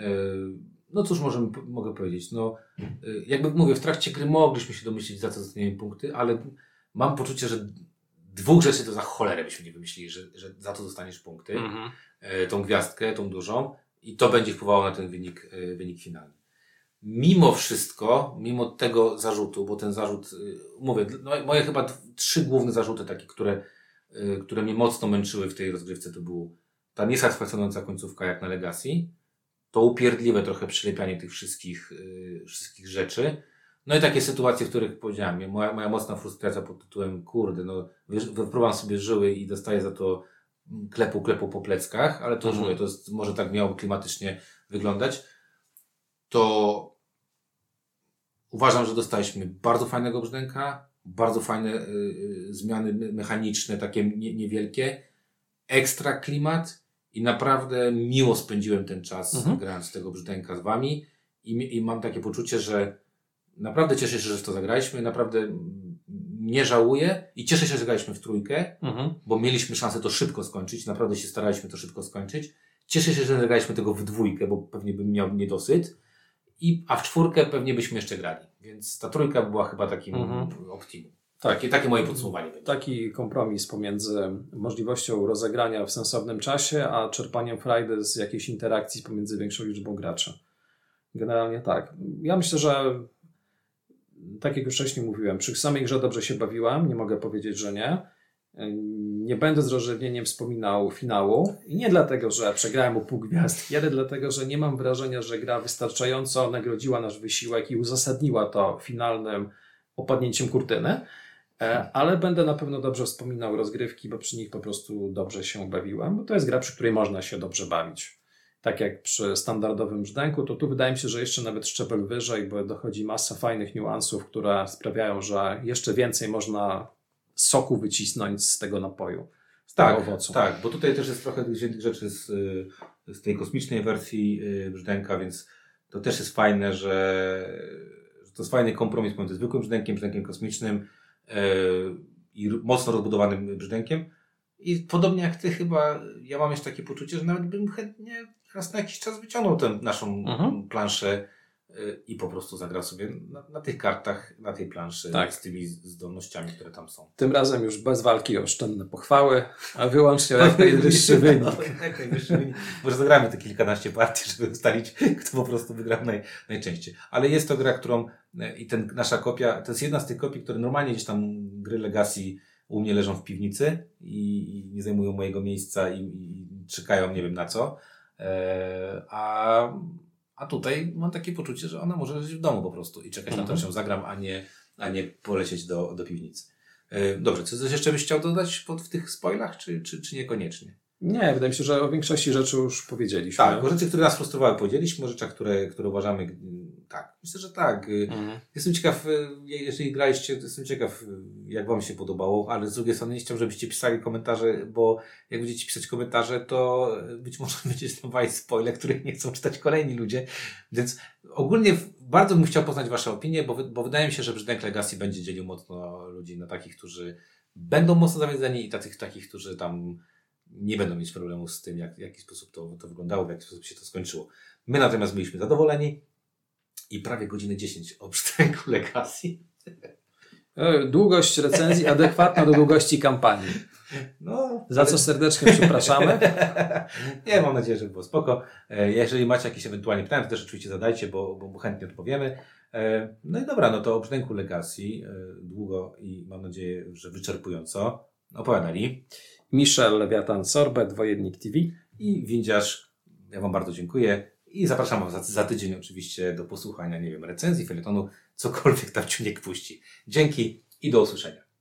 No cóż mogę powiedzieć. Jakby mówię, w trakcie gry mogliśmy się domyślić, za co dostaniemy punkty, ale mam poczucie, że dwóch rzeczy to za cholerę byśmy nie wymyślili, że za to dostaniesz punkty. Tą gwiazdkę, tą dużą i to będzie wpływało na ten wynik finalny. Mimo wszystko, mimo tego zarzutu, bo ten zarzut, mówię, moje chyba 3 główne zarzuty takie, które mnie mocno męczyły w tej rozgrywce, to było ta niesatysfakcjonująca końcówka jak na Legacy, to upierdliwe trochę przylepianie tych wszystkich rzeczy. No i takie sytuacje, w których powiedziałem, moja mocna frustracja pod tytułem wypruwam sobie żyły i dostaję za to klepu po pleckach, ale to to jest, może tak miało klimatycznie wyglądać. To uważam, że dostaliśmy bardzo fajnego brzdęka, bardzo fajne zmiany mechaniczne, takie niewielkie, ekstra klimat i naprawdę miło spędziłem ten czas grając tego brzdęka z wami i mam takie poczucie, że naprawdę cieszę się, że w to zagraliśmy, naprawdę nie żałuję i cieszę się, że graliśmy w trójkę, bo mieliśmy szansę to szybko skończyć, naprawdę się staraliśmy to szybko skończyć. Cieszę się, że zagraliśmy tego w dwójkę, bo pewnie bym miał niedosyt, a w czwórkę pewnie byśmy jeszcze grali, więc ta trójka była chyba takim optimum. Takie moje podsumowanie będzie. Taki kompromis pomiędzy możliwością rozegrania w sensownym czasie, a czerpaniem frajdy z jakiejś interakcji pomiędzy większą liczbą graczy. Generalnie tak. Ja myślę, że tak jak już wcześniej mówiłem, przy samej grze dobrze się bawiłem, nie mogę powiedzieć, że nie. Nie będę z rozrzewnieniem wspominał finału i nie dlatego, że przegrałem o pół gwiazdki, ale dlatego, że nie mam wrażenia, że gra wystarczająco nagrodziła nasz wysiłek i uzasadniła to finalnym opadnięciem kurtyny, ale będę na pewno dobrze wspominał rozgrywki, bo przy nich po prostu dobrze się bawiłem, bo to jest gra, przy której można się dobrze bawić. Tak jak przy standardowym brzdęku, to tu wydaje mi się, że jeszcze nawet szczebel wyżej, bo dochodzi masa fajnych niuansów, które sprawiają, że jeszcze więcej można soku wycisnąć z tego napoju, z tego owocu. Tak, bo tutaj też jest trochę wziętych rzeczy z tej kosmicznej wersji brzdęka, więc to też jest fajne, że to jest fajny kompromis pomiędzy zwykłym brzdękiem kosmicznym i mocno rozbudowanym brzdękiem. I podobnie jak ty chyba, ja mam jeszcze takie poczucie, że nawet bym chętnie raz na jakiś czas wyciągnął tę naszą planszę i po prostu zagrał sobie na tych kartach, na tej planszy z tymi zdolnościami, które tam są. Tym razem już bez walki o oszczędne pochwały, a wyłącznie o jak najwyższy wynik. Jak najwyższy wynik. Może zagramy te kilkanaście partii, żeby ustalić, kto po prostu wygrał najczęściej. Ale jest to gra, którą nasza kopia, to jest jedna z tych kopii, które normalnie gdzieś tam gry Legacy u mnie leżą w piwnicy i nie zajmują mojego miejsca i czekają nie wiem na co. A tutaj mam takie poczucie, że ona może leżeć w domu po prostu i czekać na to, że ją zagram, a nie polecieć do piwnicy. Dobrze, coś jeszcze byś chciał dodać w tych spoilach, czy niekoniecznie? Nie, wydaje mi się, że o większości rzeczy już powiedzieliśmy. Tak, o rzeczy, które nas frustrowały, powiedzieliśmy, o rzeczach, które uważamy, tak. Myślę, że tak. Jestem ciekaw, jeżeli graliście, jestem ciekaw, jak wam się podobało, ale z drugiej strony nie chciałbym, żebyście pisali komentarze, bo jak będziecie pisać komentarze, to być może będziecie dawali spoiler, których nie chcą czytać kolejni ludzie, więc ogólnie bardzo bym chciał poznać wasze opinie, bo wydaje mi się, że Brzdęk Legacy będzie dzielił mocno ludzi na takich, którzy będą mocno zawiedzeni i takich, którzy tam nie będą mieć problemu z tym, w jaki sposób to wyglądało, w jaki sposób się to skończyło. My natomiast byliśmy zadowoleni i prawie godzinę 10 o Brzdęku Legacy. Długość recenzji adekwatna do długości kampanii. No, za co serdecznie przepraszamy. Nie, mam nadzieję, że było spoko. Jeżeli macie jakieś ewentualnie pytania, to też oczywiście zadajcie, bo chętnie odpowiemy. No i dobra, no to o Brzdęku Legacy długo i mam nadzieję, że wyczerpująco opowiadali Michel Lewiatan-Sorbet, Wojennik TV i Windziarz. Ja wam bardzo dziękuję i zapraszam was za tydzień oczywiście do posłuchania, nie wiem, recenzji, felietonu, cokolwiek tam Ciuniek puści. Dzięki i do usłyszenia.